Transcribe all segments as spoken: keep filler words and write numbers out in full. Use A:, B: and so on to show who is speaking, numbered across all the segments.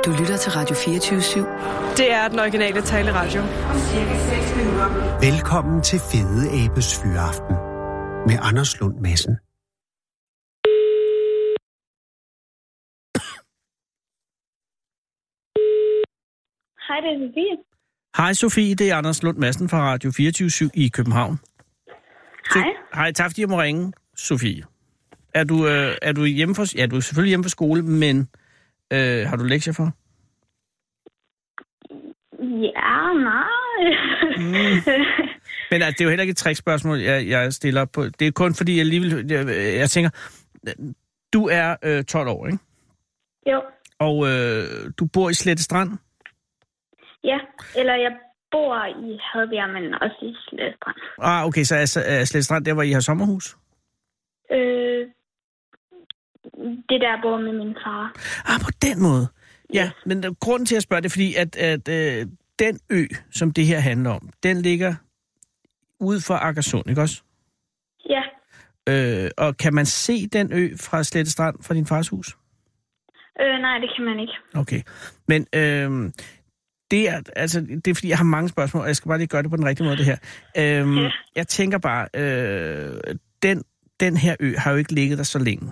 A: Du lytter til Radio fireogtyve syv.
B: Det er den originale taleradio.
C: Velkommen til Fede Abes Fyraften med Anders Lund Madsen.
D: Hej, det er Sofie.
E: Hej Sofie, det er Anders Lund Madsen fra Radio fireogtyve syv i København.
D: Hej.
E: Så, hej, tak fordi jeg må ringe, Sofie. Er du, øh, er du hjemme for... Ja, du er selvfølgelig hjemme for skole, men øh, har du lektier for?
D: Ja, nej.
E: Mm. Men altså, det er jo heller ikke et trickspørgsmål, jeg, jeg stiller op på. Det er kun fordi, jeg lige vil... Jeg, jeg tænker, du er øh, tolv år, ikke?
D: Jo.
E: Og øh, du bor i Slette Strand?
D: Ja, eller jeg bor i Hadbjerg, men også i Slette Strand.
E: Ah, okay, så er, er Slette Strand der, hvor I har sommerhus?
D: Øh, det der, jeg bor med min far.
E: Ah, på den måde. Ja, men der, grunden til at spørge det er, fordi at, at øh, den ø, som det her handler om, den ligger ude for Agersund, ikke også?
D: Ja.
E: Øh, og kan man se den ø fra Slette Strand, fra din fars hus?
D: Øh, nej, det kan man ikke.
E: Okay, men øh, det er, altså, det er fordi, jeg har mange spørgsmål, og jeg skal bare lige gøre det på den rigtige måde, det her. Øh,
D: ja.
E: Jeg tænker bare, øh, den, den her ø har jo ikke ligget der så længe.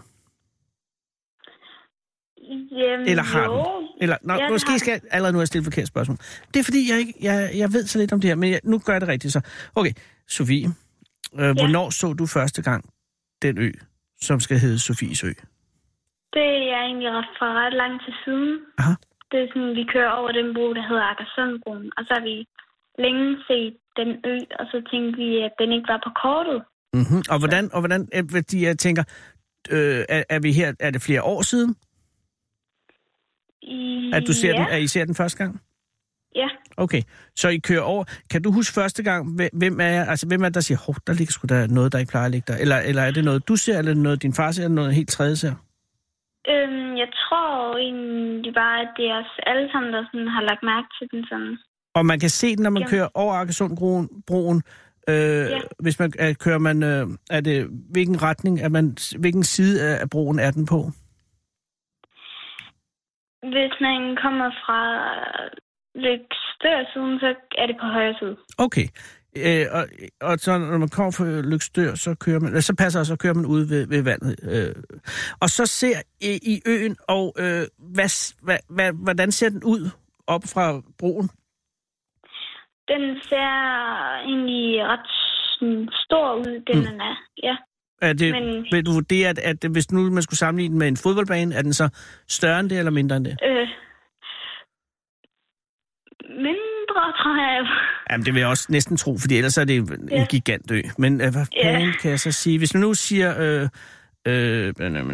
D: Jamen,
E: Eller har
D: jo.
E: den? Eller, nå,
D: ja,
E: måske skal jeg allerede nu have stillet forkert spørgsmål. Det er fordi, jeg, ikke, jeg, jeg ved så lidt om det her, men jeg, nu gør jeg det rigtigt så. Okay, Sofie, øh, ja. Hvornår så du første gang den ø, som skal hedde Sofies Ø?
D: Det er egentlig ret fra ret lang tid siden.
E: Aha.
D: Det er sådan, vi kører over den bro, der hedder Agersundbroen, og så har vi længe set den ø, og så tænkte vi, at den ikke var på kortet.
E: Mm-hmm. Og hvordan, og hvordan, fordi jeg tænker, øh, er, er vi her, er det flere år siden?
D: I,
E: At du ser
D: ja.
E: den, at I ser den første gang?
D: Ja.
E: Okay, så I kører over. Kan du huske første gang, hvem er jeg, altså hvem er der siger, hov, der ligger sgu da noget, der ikke plejer at ligge der? Eller, eller er det noget, du ser, eller noget, din far ser, eller noget helt tredje ser?
D: Øhm, jeg tror egentlig bare, at det er os alle sammen, der sådan har lagt mærke til den sådan.
E: Og man kan se den, når man
D: Jamen.
E: kører over Agersundbroen, broen. Øh,
D: Ja.
E: Hvis man øh, kører man, øh, er det, hvilken retning, er man, hvilken side af, af broen er den på?
D: Hvis man kommer fra Løgstør-siden, så er det på højre side.
E: Okay. Øh, og, og så når man kommer fra Løgstør, så kører man, så passer så kører man ud ved, ved vandet. Øh. Og så ser I, i øen, og øh, hvad, hvad, hvad, hvordan ser den ud op fra broen?
D: Den ser egentlig ret sådan, stor ud, den mm. er. Ja.
E: Er det,
D: Men-
E: vil du vurdere, at, at hvis nu man skulle sammenligne den med en fodboldbane, er den så større end det, eller mindre end det?
D: Øh, mindre, tror jeg.
E: Jamen, det vil jeg også næsten tro, fordi ellers er det en
D: Ja.
E: gigantø. Men øh, hvad
D: Ja.
E: fanden kan jeg så sige? Hvis man nu siger... Øh, øh,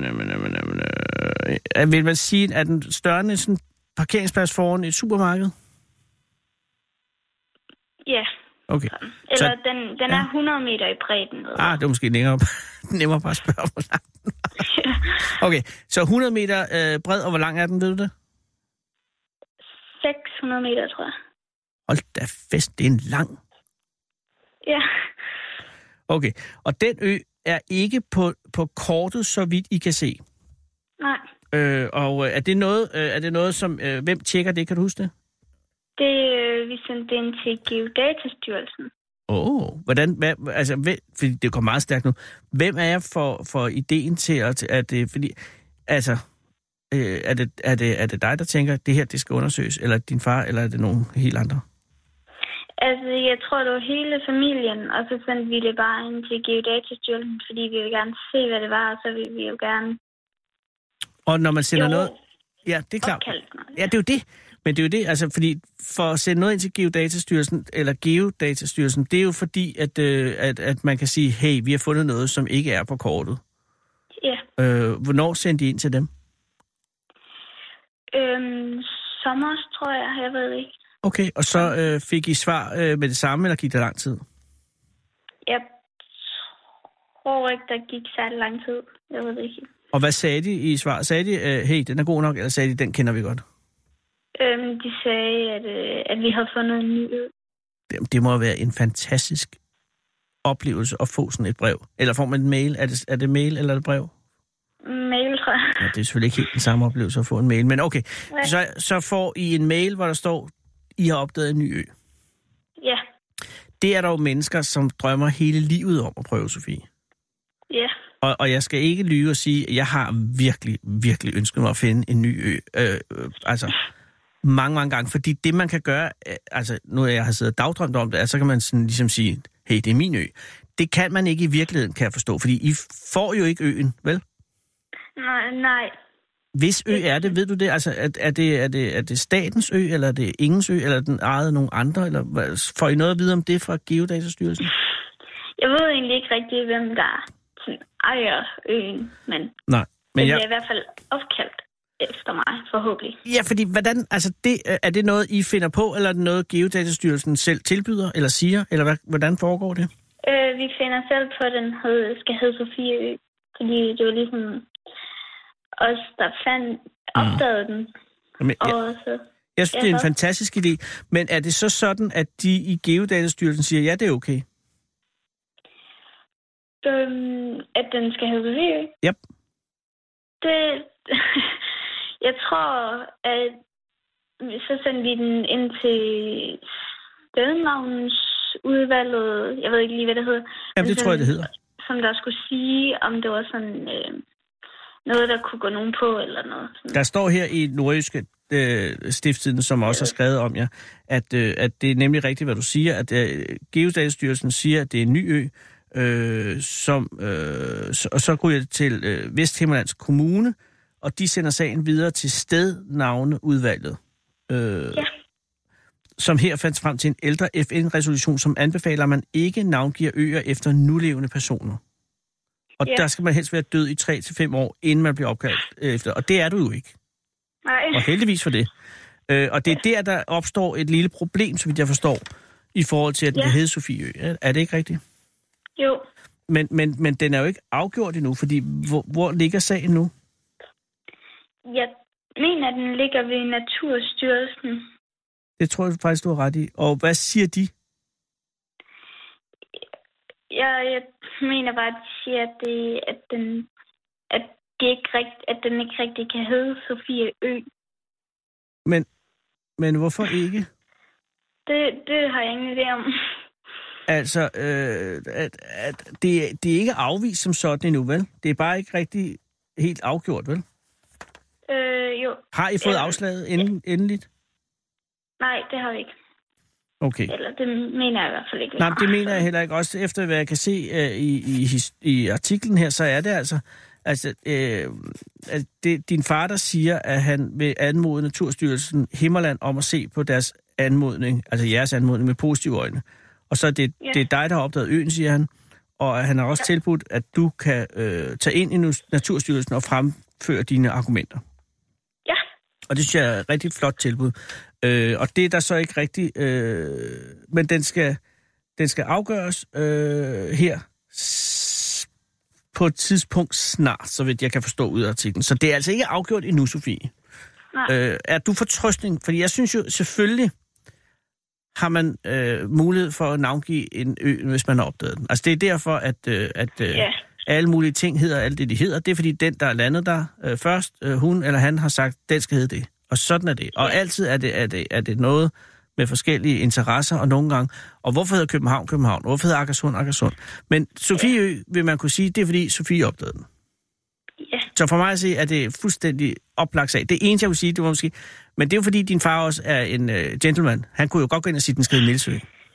E: øh, vil man sige, at den større end sådan en parkeringsplads foran et supermarked?
D: Ja.
E: Okay.
D: Eller
E: Så-
D: den, den er
E: ja.
D: hundrede meter i bredden.
E: Ah, det er måske længere op. Nemmere bare at spørge, hvor lang den er. Okay, så hundrede meter øh, bred, og hvor lang er den, ved du det?
D: seks hundrede meter, tror jeg.
E: Hold da fest, det er en lang.
D: Ja.
E: Okay, og den ø er ikke på, på kortet, så vidt I kan se.
D: Nej.
E: Øh, og øh, er det noget, øh, er det noget som, øh, hvem tjekker det, kan du huske det?
D: Det, øh, vi sendte ind til Geodatastyrelsen.
E: Åh, oh, hvordan, hvad, altså, hvem, fordi det går meget stærkt nu. Hvem er jeg for, for ideen til, at, at det, fordi, altså, øh, er, det, er, det, er det dig, der tænker, at det her, det skal undersøges, eller din far, eller er det nogen helt andre?
D: Altså, jeg tror, det var hele familien, og så sendte vi det bare ind til Geodatastyrelsen, fordi vi ville gerne se, hvad det var, og så ville vi jo gerne...
E: Og når man sender
D: Jo.
E: noget... Ja, det er klart.
D: Opkaldt noget.
E: Ja, det er jo det. Men det er jo det, altså, fordi for at sende noget ind til Geodatastyrelsen, eller Geodatastyrelsen, det er jo fordi, at, øh, at, at man kan sige, hey, vi har fundet noget, som ikke er på kortet.
D: Ja.
E: Øh, hvornår sendte I ind til dem?
D: Øhm, sommer, tror jeg, jeg ved ikke.
E: Okay, og så øh, fik I svar øh, med det samme, eller gik det lang tid?
D: Jeg tror ikke, der gik særlig lang tid. Jeg ved det ikke.
E: Og hvad sagde de i svar? Sagde de, øh, hey, den er god nok, eller sagde de, den kender vi godt?
D: Øhm, de sagde, at, øh, at vi havde fundet en ny ø.
E: Det, det må være en fantastisk oplevelse at få sådan et brev. Eller får man en mail? Er det, er det mail, eller er det brev?
D: Mail, tror
E: Ja, det er selvfølgelig ikke helt den samme oplevelse at få en mail, men okay. Så, så får I en mail, hvor der står, I har opdaget en ny ø.
D: Ja.
E: Det er der jo mennesker, som drømmer hele livet om at prøve, Sofie.
D: Ja.
E: Og, og jeg skal ikke lyve og sige, at jeg har virkelig, virkelig ønsket mig at finde en ny ø. Øh, øh, altså, mange, mange gange. Fordi det, man kan gøre, øh, altså, nu jeg har siddet og dagdrømt om det, altså, så kan man sådan ligesom sige, hey, det er min ø. Det kan man ikke i virkeligheden, kan jeg forstå, fordi I får jo ikke øen, vel?
D: Nej, nej.
E: Hvis ø er det, ved du det? Altså, er, er, det, er, det, er det statens ø, eller er det ingens ø, eller er den ejet af nogen andre? Eller får I noget at vide om det fra Geodatastyrelsen?
D: Jeg ved egentlig ikke rigtig, hvem der sådan ejer øen, men,
E: Nej, men
D: det
E: jeg...
D: bliver i hvert fald opkaldt efter mig, forhåbentlig.
E: Ja, fordi hvordan, altså det, er det noget, I finder på, eller er det noget, Geodatastyrelsen selv tilbyder, eller siger, eller hvad, hvordan foregår det?
D: Øh, vi finder selv på, at den hed, skal hedde Sofie Ø, fordi det var ligesom os, der fandt, opdagede mm. den.
E: Jamen, jeg,
D: og så,
E: jeg synes, det er en fantastisk idé, men er det så sådan, at de i Geodatastyrelsen siger, ja, det er okay?
D: Øhm, at den skal hedde Sofie Ø?
E: Yep.
D: Det... jeg tror, at så sendte vi den ind til stednavnsudvalget. Jeg ved ikke lige, hvad det hedder.
E: Jamen, det tror jeg, det hedder.
D: Som der skulle sige, om det var sådan øh, noget, der kunne gå nogen på, eller noget. Sådan.
E: Der står her i Nordjyske øh, Stiftstidende, som også har skrevet om jer, at, øh, at det er nemlig rigtigt, hvad du siger, at øh, Geodatastyrelsen siger, at det er en ny ø, øh, som, øh, så, og så ryger det til øh, Vesthimmerlands Kommune, og de sender sagen videre til stednavneudvalget, øh, ja. som her fandt frem til en ældre F N-resolution, som anbefaler, at man ikke navngiver øer efter nulevende personer. Og ja. Der skal man helst være død i tre til fem år, inden man bliver opkaldt efter. Og det er du jo ikke.
D: Nej.
E: Og heldigvis for det. Øh, og det er der, der opstår et lille problem, så vidt jeg forstår, i forhold til, at den ja. hedder Sofie Ø. Er det ikke rigtigt?
D: Jo.
E: Men, men, men den er jo ikke afgjort endnu, fordi hvor, hvor ligger sagen nu?
D: Jeg mener, at den ligger ved Naturstyrelsen.
E: Det tror jeg faktisk, du har ret i. Og hvad siger de?
D: Jeg, jeg mener bare, at de siger, at, det, at, den, at, det ikke rigt, at den ikke rigtig kan hedde Sofie Ø.
E: Men, men hvorfor ikke?
D: Det, det har jeg ingen idé om.
E: Altså, øh, at, at det, det er ikke afvist som sådan endnu, vel? Det er bare ikke rigtig helt afgjort, vel?
D: Øh, jo.
E: Har I fået ja. afslaget end, endeligt?
D: Nej, det har vi ikke.
E: Okay.
D: Eller det mener jeg i hvert fald ikke.
E: Nej, det mener jeg heller ikke. Også efter hvad jeg kan se uh, i, i, i artiklen her, så er det altså, altså øh, at det, din far, der siger, at han vil anmode Naturstyrelsen Himmerland om at se på deres anmodning, altså jeres anmodning med positive øjne. Og så er det, ja. det er dig, der har opdaget øen, siger han. Og han har også ja. tilbudt, at du kan øh, tage ind i Naturstyrelsen og fremføre dine argumenter.
D: Ja. Og
E: det synes jeg er et rigtig flot tilbud. Øh, og det er der så ikke rigtigt, øh, men den skal, den skal afgøres øh, her s- på et tidspunkt snart, så vidt jeg kan forstå ud af artiklen. Så det er altså ikke afgjort endnu, Sofie.
D: Nej.
E: Øh, er du fortrøstning? Fordi jeg synes jo selvfølgelig, har man øh, mulighed for at navngive en ø, hvis man har opdaget den. Altså det er derfor, at, øh, at øh, yeah. alle mulige ting hedder alt det, de hedder. Det er fordi den, der er landet der øh, først, øh, hun eller han har sagt, den skal hedde det. Og sådan er det. Og yeah. altid er det, er, det, er det noget med forskellige interesser, og nogle gange, og hvorfor hedder København København? Og hvorfor hedder Akersund Akersund? Men Sofie Ø, vil man kunne sige, det er fordi Sofie opdagede den.
D: Ja.
E: Så for mig at se, er det fuldstændig oplagt sag. Det eneste, jeg vil sige, det var måske... Men det er jo fordi, din far også er en uh, gentleman. Han kunne jo godt gå ind og sige, den skal hedde Niels Ø.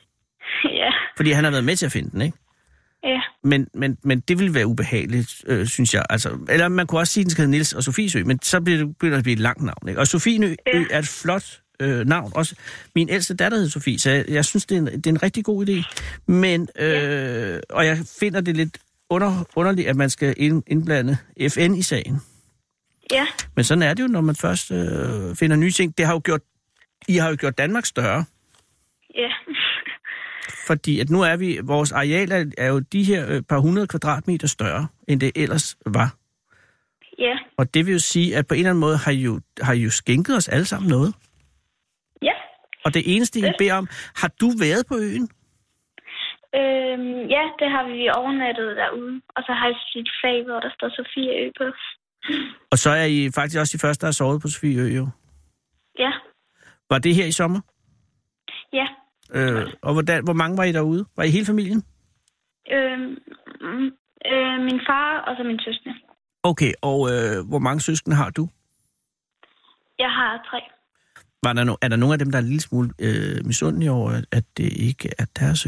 D: Ja.
E: Fordi han har været med til at finde den, ikke?
D: Ja.
E: Men, men, men det ville være ubehageligt, øh, synes jeg. Altså, eller man kunne også sige, at den skal hedde Niels og Sofies Ø, men så bliver det, begynder det at blive et langt navn, ikke? Og Sofie Ø ja. er et flot øh, navn. Også min ældste datter hedder Sofie, så jeg, jeg synes, det er, en, det er en rigtig god idé. Men, øh, ja. og jeg finder det lidt under, underligt, at man skal ind, indblande F N i sagen.
D: Ja.
E: Men sådan er det jo, når man først øh, finder nye ting. Det har jo gjort, I har jo gjort Danmark større.
D: Ja.
E: Fordi at nu er vi, vores areal er, er jo de her øh, par hundrede kvadratmeter større, end det ellers var.
D: Ja.
E: Og det vil jo sige, at på en eller anden måde har I jo, har I jo skænket os alle sammen noget.
D: Ja.
E: Og det eneste, I beder om, har du været på øen?
D: Øhm, ja, det har vi overnattet derude. Og så har jeg sit flag, hvor der står Sofie Ø på.
E: Og så er I faktisk også de første, der har sovet på Sofieø, jo.
D: Ja.
E: Var det her i sommer?
D: Ja.
E: Øh, og hvordan, hvor mange var I derude? Var I hele familien?
D: Øh, øh, min far og så min søskende.
E: Okay, og øh, hvor mange søskende har du?
D: Jeg har tre.
E: Var der no- er der nogen af dem, der er en lille smule øh, misundelige over, at det ikke er deres ø?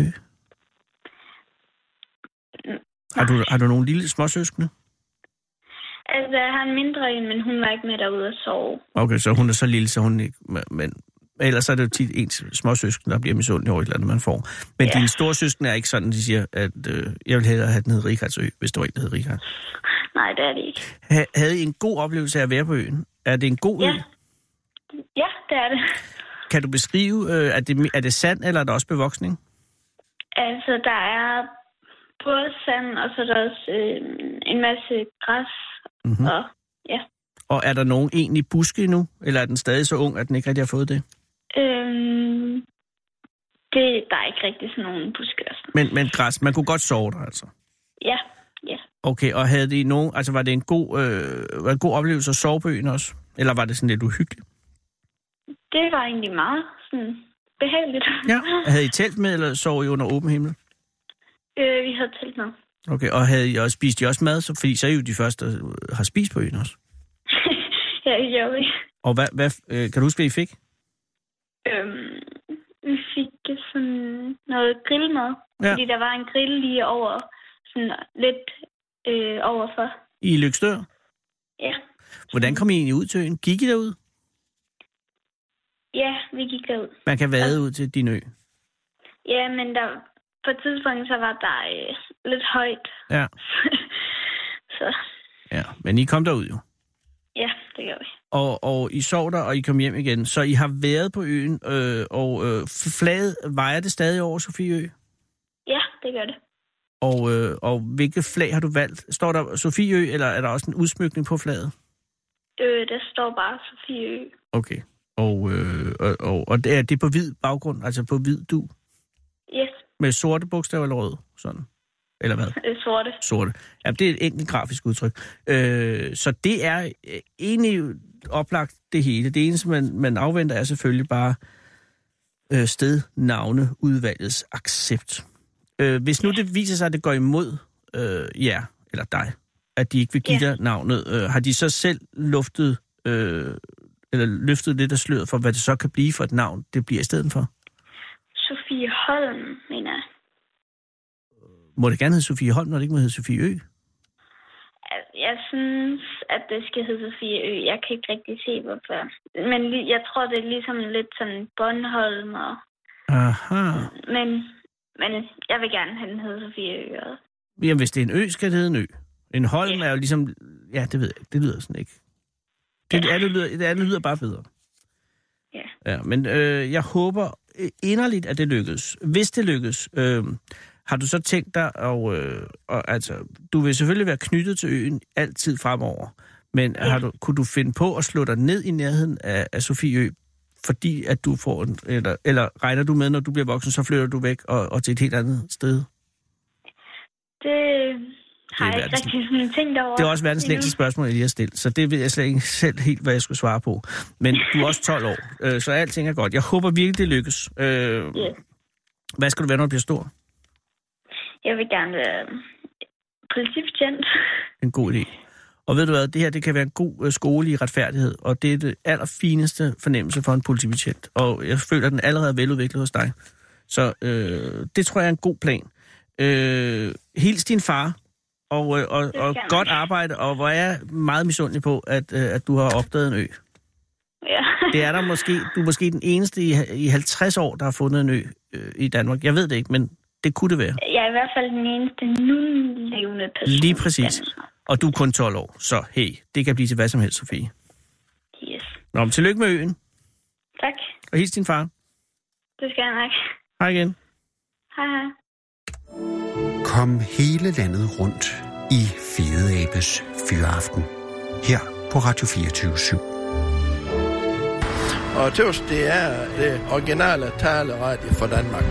E: Har du, har du nogle lille småsøskende?
D: Altså, jeg har en mindre en, men hun var ikke med derude at sove.
E: Okay, så hun er så lille, så hun ikke... Men ellers er det jo tit ens småsøskende, der bliver misundelig over et eller andet, man får. Men ja. Dine store søskende er ikke sådan, de siger, at øh, jeg vil hellere have den hed Richards ø, hvis det var ikke, der hed Richard.
D: Nej, det er det ikke.
E: Ha- havde I en god oplevelse af at være på øen? Er det en god ø?
D: Ja, ja det er det.
E: Kan du beskrive, øh, er, det, er det sand, eller er der også bevoksning?
D: Altså, der er både sand, og så er der også øh, en masse græs. Mm-hmm. Og, ja.
E: Og er der nogen egentlig buske endnu? Eller er den stadig så ung, at den ikke rigtig har fået det?
D: Øhm, det der er ikke rigtig sådan nogen buske.
E: Men, men græs, man kunne godt sove der, altså?
D: Ja, ja.
E: Okay, og havde de nogen, altså var det en god, øh, var det en god oplevelse at sove på øen også? Eller var det sådan lidt uhyggeligt?
D: Det var egentlig meget sådan behageligt.
E: Ja. Havde I telt med, eller sov I under åben himmel?
D: Øh, vi havde telt med.
E: Okay, og havde I også, spist I også mad? Så, fordi så er I jo de første, der har spist på øen også.
D: Ja, det gjorde vi.
E: Og hvad, hvad, øh, kan du huske, hvad I fik?
D: Øhm, vi fik sådan noget grillmad. Ja. Fordi der var en grill lige over, sådan lidt øh, overfor.
E: I Løgstør?
D: Ja.
E: Hvordan kom I egentlig ud til øen? Gik I derud?
D: Ja, vi gik derud.
E: Man kan vade ud til din ø?
D: Ja, men der, på et tidspunkt, så var der øh, lidt højt.
E: Ja.
D: Så.
E: Ja, men I kom derud jo?
D: Ja, det gør vi.
E: Og, og I sov der, og I kom hjem igen. Så I har været på øen, øh, og øh, flaget, vejer det stadig over Sofieø?
D: Ja, det gør det.
E: Og, øh, og hvilket flag har du valgt? Står der Sofieø, eller er der også en udsmykning på flaget?
D: Øh, der står bare Sofieø.
E: Okay. Og, øh, og, og, og det er det på hvid baggrund, altså på hvid du?
D: Yes.
E: Med sorte bogstaver eller røde? Sådan. Eller hvad?
D: Øh, sorte.
E: Sorte. Ja, det er et enkelt grafisk udtryk. Øh, så det er egentlig oplagt det hele. Det eneste, man, man afventer, er selvfølgelig bare øh, stednavneudvalgets accept. Øh, hvis nu det viser sig, at det går imod øh, jer, eller dig, at de ikke vil give ja. dig navnet, øh, har de så selv luftet, øh, eller løftet lidt af sløret for, hvad det så kan blive for et navn, det bliver i stedet for?
D: Sofie Holm, mener jeg.
E: Må det gerne hedde Sofie Holm, når det ikke må hedde Sofie Ø?
D: Jeg synes, at det skal hedde Sofie Ø. Jeg kan ikke rigtig se, hvorfor. Men jeg tror, det er ligesom lidt sådan Bornholm. Og...
E: Aha.
D: Men, men jeg vil gerne have den hedde Sofie Ø. Og...
E: Jamen, hvis det er en ø, skal det hedde en ø. En Holm ja. er jo ligesom... Ja, det ved jeg ikke. Det lyder sådan ikke. Det, ja. det, andet, lyder, det andet lyder bare bedre.
D: Ja.
E: Ja, men øh, jeg håber inderligt, at det lykkes. Hvis det lykkes... Øh, Har du så tænkt dig, og, øh, og altså, du vil selvfølgelig være knyttet til øen altid fremover, men ja. har du, kunne du finde på at slå dig ned i nærheden af, af Sofieø, fordi at du får en, eller, eller regner du med, når du bliver voksen, så flytter du væk og, og til et helt andet sted?
D: Det har jeg ikke rigtig sådan tænkt over.
E: Det er også verdens længste spørgsmål, jeg lige har stillet, så det ved jeg slet ikke selv helt, hvad jeg skulle svare på. Men du er også tolv år, øh, så alting er godt. Jeg håber virkelig, det lykkes. Øh,
D: ja.
E: Hvad skal du være, når du bliver stor?
D: Jeg vil gerne være politibetjent.
E: En god idé. Og ved du hvad, det her det kan være en god skole i retfærdighed, og det er det allerfineste fornemmelse for en politibetjent. Og jeg føler, at den allerede er veludviklet hos dig. Så øh, det tror jeg er en god plan. Øh, hils din far, og, og, og, og godt arbejde, og hvor er jeg meget misundelig på, at, at du har opdaget en ø.
D: Ja.
E: Det er der måske, du er måske den eneste i, i halvtreds år, der har fundet en ø øh, i Danmark. Jeg ved det ikke, men det kunne det være.
D: Jeg er i hvert fald den eneste nu-levende person.
E: Lige præcis. Og du er kun tolv år, så hey, det kan blive til hvad som helst, Sofie.
D: Yes.
E: Nå, men tillykke med øen.
D: Tak.
E: Og hils din far.
D: Det skal jeg nok.
E: Hej igen.
D: Hej, hej.
C: Kom hele landet rundt i Fede Abes Fyraften. Her på Radio fireogtyve syv.
F: Og tøvs, det er det originale taleradio for Danmark.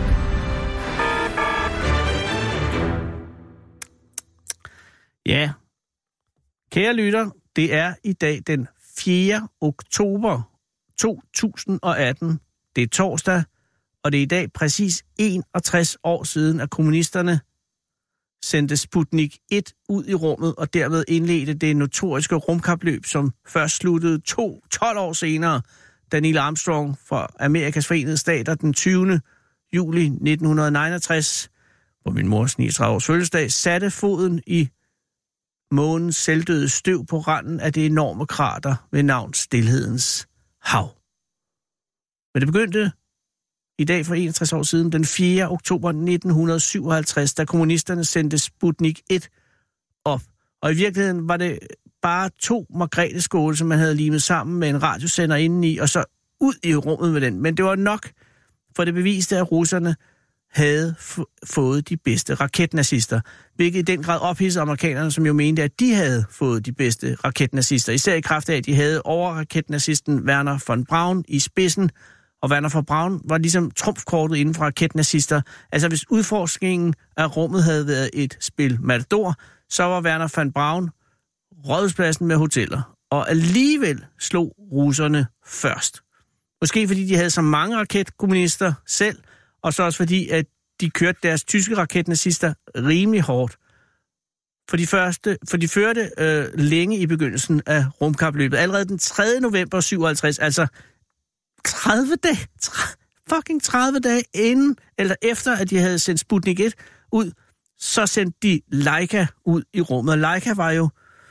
E: Ja. Kære lytter, Det er i dag den fjerde oktober to tusind og atten. Det er torsdag, og det er i dag præcis enogtres år siden, at kommunisterne sendte Sputnik et ud i rummet, og derved indledte det notoriske rumkapløb, som først sluttede to, tolv år senere, da Neil Armstrong fra Amerikas Forenede Stater den tyvende juli nitten niogtres, på min mors niogtredive års fødselsdag, satte foden i månens selvdøde støv på randen af det enorme krater ved navn Stilhedens Hav. Men det begyndte i dag for enogtres år siden, den fjerde oktober nitten syvoghalvtreds, da kommunisterne sendte Sputnik et op. Og i virkeligheden var det bare to margreteskåle, som man havde limet sammen med en radiosender indeni, og så ud i rummet med den. Men det var nok, for det beviste, at russerne havde f- fået de bedste raketnazister, hvilket i den grad ophidsede amerikanerne, som jo mente, at de havde fået de bedste raketnazister, især i kraft af, at de havde overraketnazisten Wernher von Braun i spidsen, og Wernher von Braun var ligesom trumfkortet inden for raketnazister. Altså hvis udforskningen af rummet havde været et spil Matador, så var Wernher von Braun rådhuspladsen med hoteller, og alligevel slog russerne først. Måske fordi de havde så mange raketkommunister selv, og så også fordi, at de kørte deres tyske raketnazister rimelig hårdt. For de, første, for de førte øh, længe i begyndelsen af rumkapløbet. Allerede den tredje november syvoghalvtreds, altså tredive dage, fucking tredive dage inden, eller efter, at de havde sendt Sputnik et ud, så sendte de Laika ud i rummet. Og Laika var jo...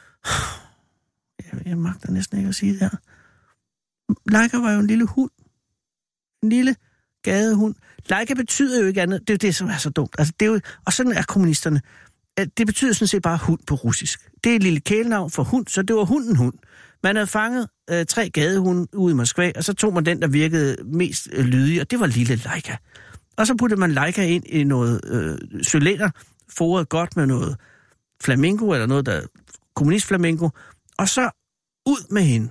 E: Jeg, jeg magter næsten ikke at sige det her. Laika var jo en lille hund. En lille gadehund. Laika betyder jo ikke andet. Det er jo det, som er så dumt. Altså, det er jo, og sådan er kommunisterne. Det betyder sådan set bare hund på russisk. Det er et lille kælenavn for hund, så det var hunden hund. Man havde fanget øh, tre gadehunde ude i Moskva, og så tog man den, der virkede mest øh, lydig, og det var lille Laika. Og så puttede man Laika ind i noget øh, cylinder, foret godt med noget flamingo, eller noget, der kommunistflamingo, og så ud med hende.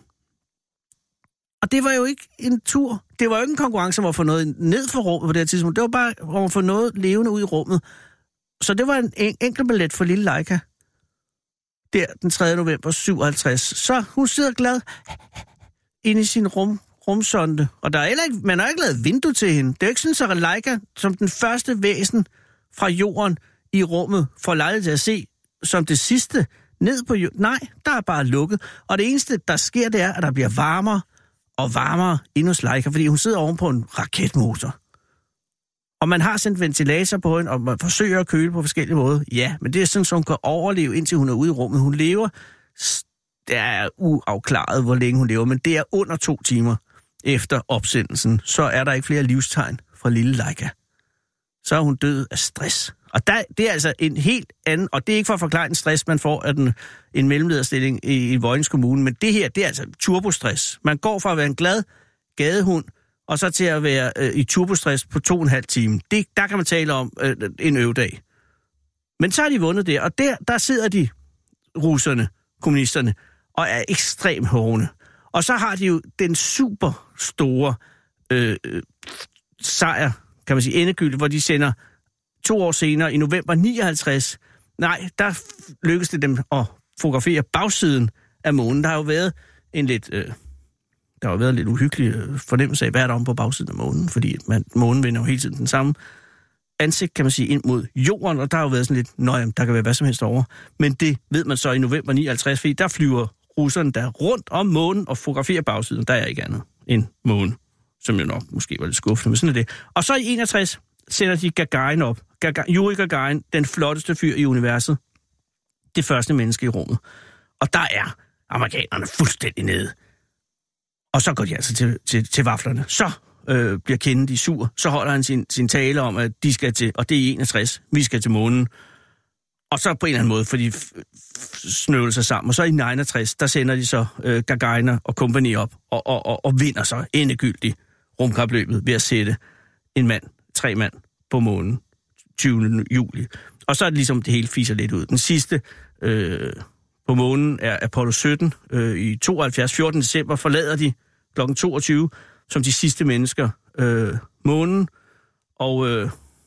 E: Og det var jo ikke en tur. Det var jo ikke en konkurrence om at få noget ned for rummet på det her tidspunkt. Det var bare om at få noget levende ud i rummet. Så det var en, en enkelt billet for lille Laika. Der den tredje november syvoghalvtreds. Så hun sidder glad inde i sin rum, rumsonde. Og der er heller ikke, man har ikke lavet vindue til hende. Det er jo ikke sådan, at Laika som den første væsen fra jorden i rummet får lejlighed til at se som det sidste ned på jorden. Nej, der er bare lukket. Og det eneste, der sker, det er, at der bliver varmere og varmere inde hos Laika, fordi hun sidder oven på en raketmotor. Og man har sendt ventilator på hende, og man forsøger at køle på forskellige måder. Ja, men det er sådan, at hun kan overleve, indtil hun er ude i rummet. Hun lever, det er uafklaret, hvor længe hun lever, men det er under to timer efter opsendelsen. Så er der ikke flere livstegn fra lille Laika. Så er hun død af stress. Og der, det er altså en helt anden, og det er ikke for at forklare en stress, man får af den, en mellemlederstilling i, i Vojens Kommune, men det her, det er altså turbostress. Man går fra at være en glad gadehund, og så til at være øh, i turbostress på to og en halv time. Det, der kan man tale om øh, en øvedag. Men så har de vundet der, og der, der sidder de, russerne, kommunisterne, og er ekstremt hårde. Og så har de jo den super store øh, sejr, kan man sige, endegyldigt, hvor de sender to år senere, i november nioghalvtreds, nej, der lykkedes det dem at fotografere bagsiden af månen. Der har jo været en lidt... Øh, Der har været en lidt uhyggelig fornemmelse af, hvad er der om på bagsiden af månen, fordi man, månen vender jo hele tiden den samme ansigt, kan man sige, ind mod jorden, og der har jo været sådan lidt, nøj, der kan være hvad som helst over. Men det ved man så i november nioghalvtreds, fordi der flyver russerne der rundt om månen og fotograferer bagsiden. Der er ikke andet end månen, som jo nok måske var lidt skuffende, men sådan er det. Og så i enogtres sender de Gagarin op. Gagarin, Yuri Gagarin, den flotteste fyr i universet. Det første menneske i rummet. Og der er amerikanerne fuldstændig nede. Og så går de altså til, til, til vaflerne. Så øh, bliver Kennedy sur. Så holder han sin, sin tale om, at de skal til, og det er i enogtres, vi skal til månen. Og så på en eller anden måde, for de snøvler sig sammen. Og så i niogtres, der sender de så øh, Gagarin og company op, og, og, og, og vinder så endegyldigt rumkapløbet ved at sætte en mand, tre mand på månen, tyvende juli. Og så er det ligesom, det hele fiser lidt ud. Den sidste øh, på månen er Apollo sytten. Øh, I tooghalvfjerds, fjortende december forlader de klokken toogtyve som de sidste mennesker øh, månen. Og, øh,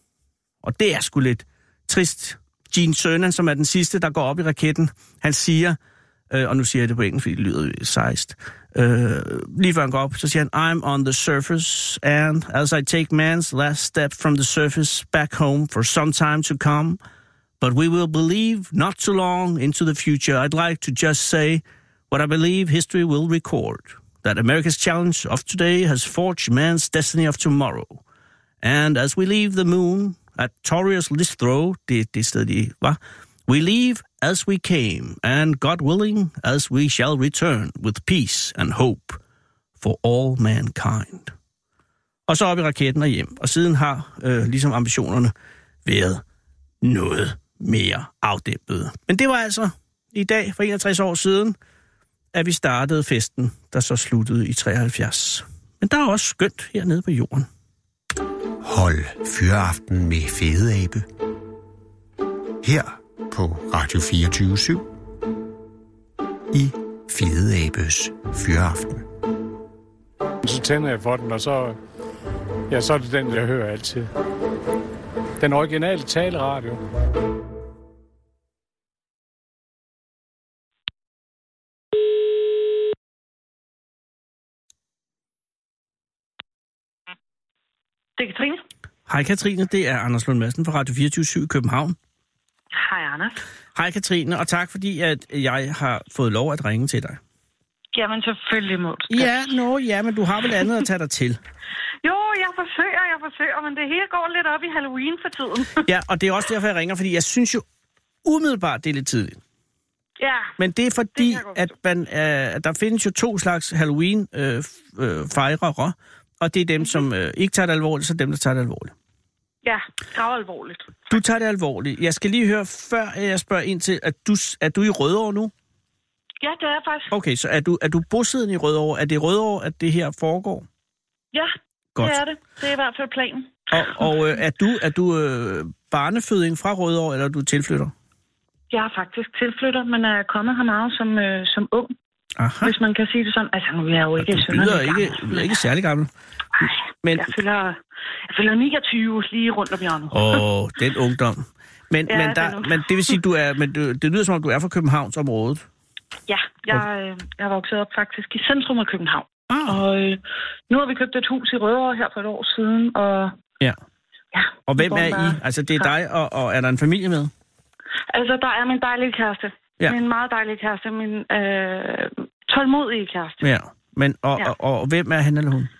E: og det er sgu lidt trist. Gene Cernan, som er den sidste, der går op i raketten, han siger, Øh, og nu siger jeg det på engelsk, fordi det lyder sejst. Øh, lige før han går op, så siger han, I'm on the surface, and as I take man's last step from the surface back home for some time to come, but we will believe not too long into the future. I'd like to just say what I believe history will record, that America's challenge of today has forged man's destiny of tomorrow. And as we leave the moon at Taurus Lithrow, det, det sted de var, we leave as we came, and God willing, as we shall return with peace and hope for all mankind. Og så op i raketten og hjem. Og siden har øh, ligesom ambitionerne været noget mere afdæmpet. Men det var altså i dag for enogtres år siden, at vi startede festen, der så sluttede i treoghalvfjerds. Men der er også skønt hernede på jorden.
C: Hold Fyraften med Fede Abe. Her på Radio fireogtyve syv i Fede Abes Fyraften.
G: Så tænder jeg for den, og så, ja, så er det den, jeg hører altid. Den originale taleradio.
H: Det er Katrine.
E: Hej Katrine, det er Anders Lund Madsen fra Radio fireogtyve syv i København.
H: Hej Anders.
E: Hej Katrine, og tak fordi at jeg har fået lov at ringe til dig.
H: Jamen selvfølgelig må du.
E: Ja, nå, ja, men du har vel andet at tage dig til.
H: Jo, jeg forsøger, jeg forsøger, men det hele går lidt op i Halloween for tiden.
E: Ja, og det er også derfor, jeg ringer, fordi jeg synes jo umiddelbart, det er lidt tidligt.
H: Ja.
E: Men det er fordi, det at man, øh, der findes jo to slags Halloween-fejrere, øh, og det er dem, mm-hmm. som øh, ikke tager det alvorligt, så dem, der tager det alvorligt.
H: Ja, grav alvorligt.
E: Du tager det alvorligt. Jeg skal lige høre, før jeg spørger ind til, at du, er du i Rødovre nu?
H: Ja, det er jeg faktisk.
E: Okay, så er du, er du bosiddende i Rødovre? Er det i Rødovre, at det her foregår?
H: Ja, godt. Det er det. Det er i hvert fald planen.
E: Og, og øh, er du, er du øh, barneføding fra Rødovre, eller er du tilflytter?
H: Jeg er faktisk tilflytter, men er kommet her meget som, øh, som ung.
E: Aha.
H: Hvis man kan sige det sådan. Altså, nu er jeg jo ikke
E: du lyder ikke, du lyder ikke særlig gammel.
H: Nej, men jeg føler, jeg føler niogtyve lige rundt om hjørnet.
E: Åh, oh, den ungdom. Men, ja, men, der, men det vil sige, du er, men det, det lyder som om, du er fra Københavnsområdet.
H: Ja, jeg, øh, jeg er vokset op faktisk i centrum af København.
E: Ah.
H: Og øh, nu har vi købt et hus i Rødovre her for et år siden. Og,
E: ja.
H: ja.
E: Og hvem er I? Altså, det er dig, og, og er der en familie med?
H: Altså, der er min dejlige kæreste. Ja. Min meget dejlige kæreste. Min øh, tålmodige kæreste.
E: Ja, men og, ja. Og, og, og hvem er han eller hun?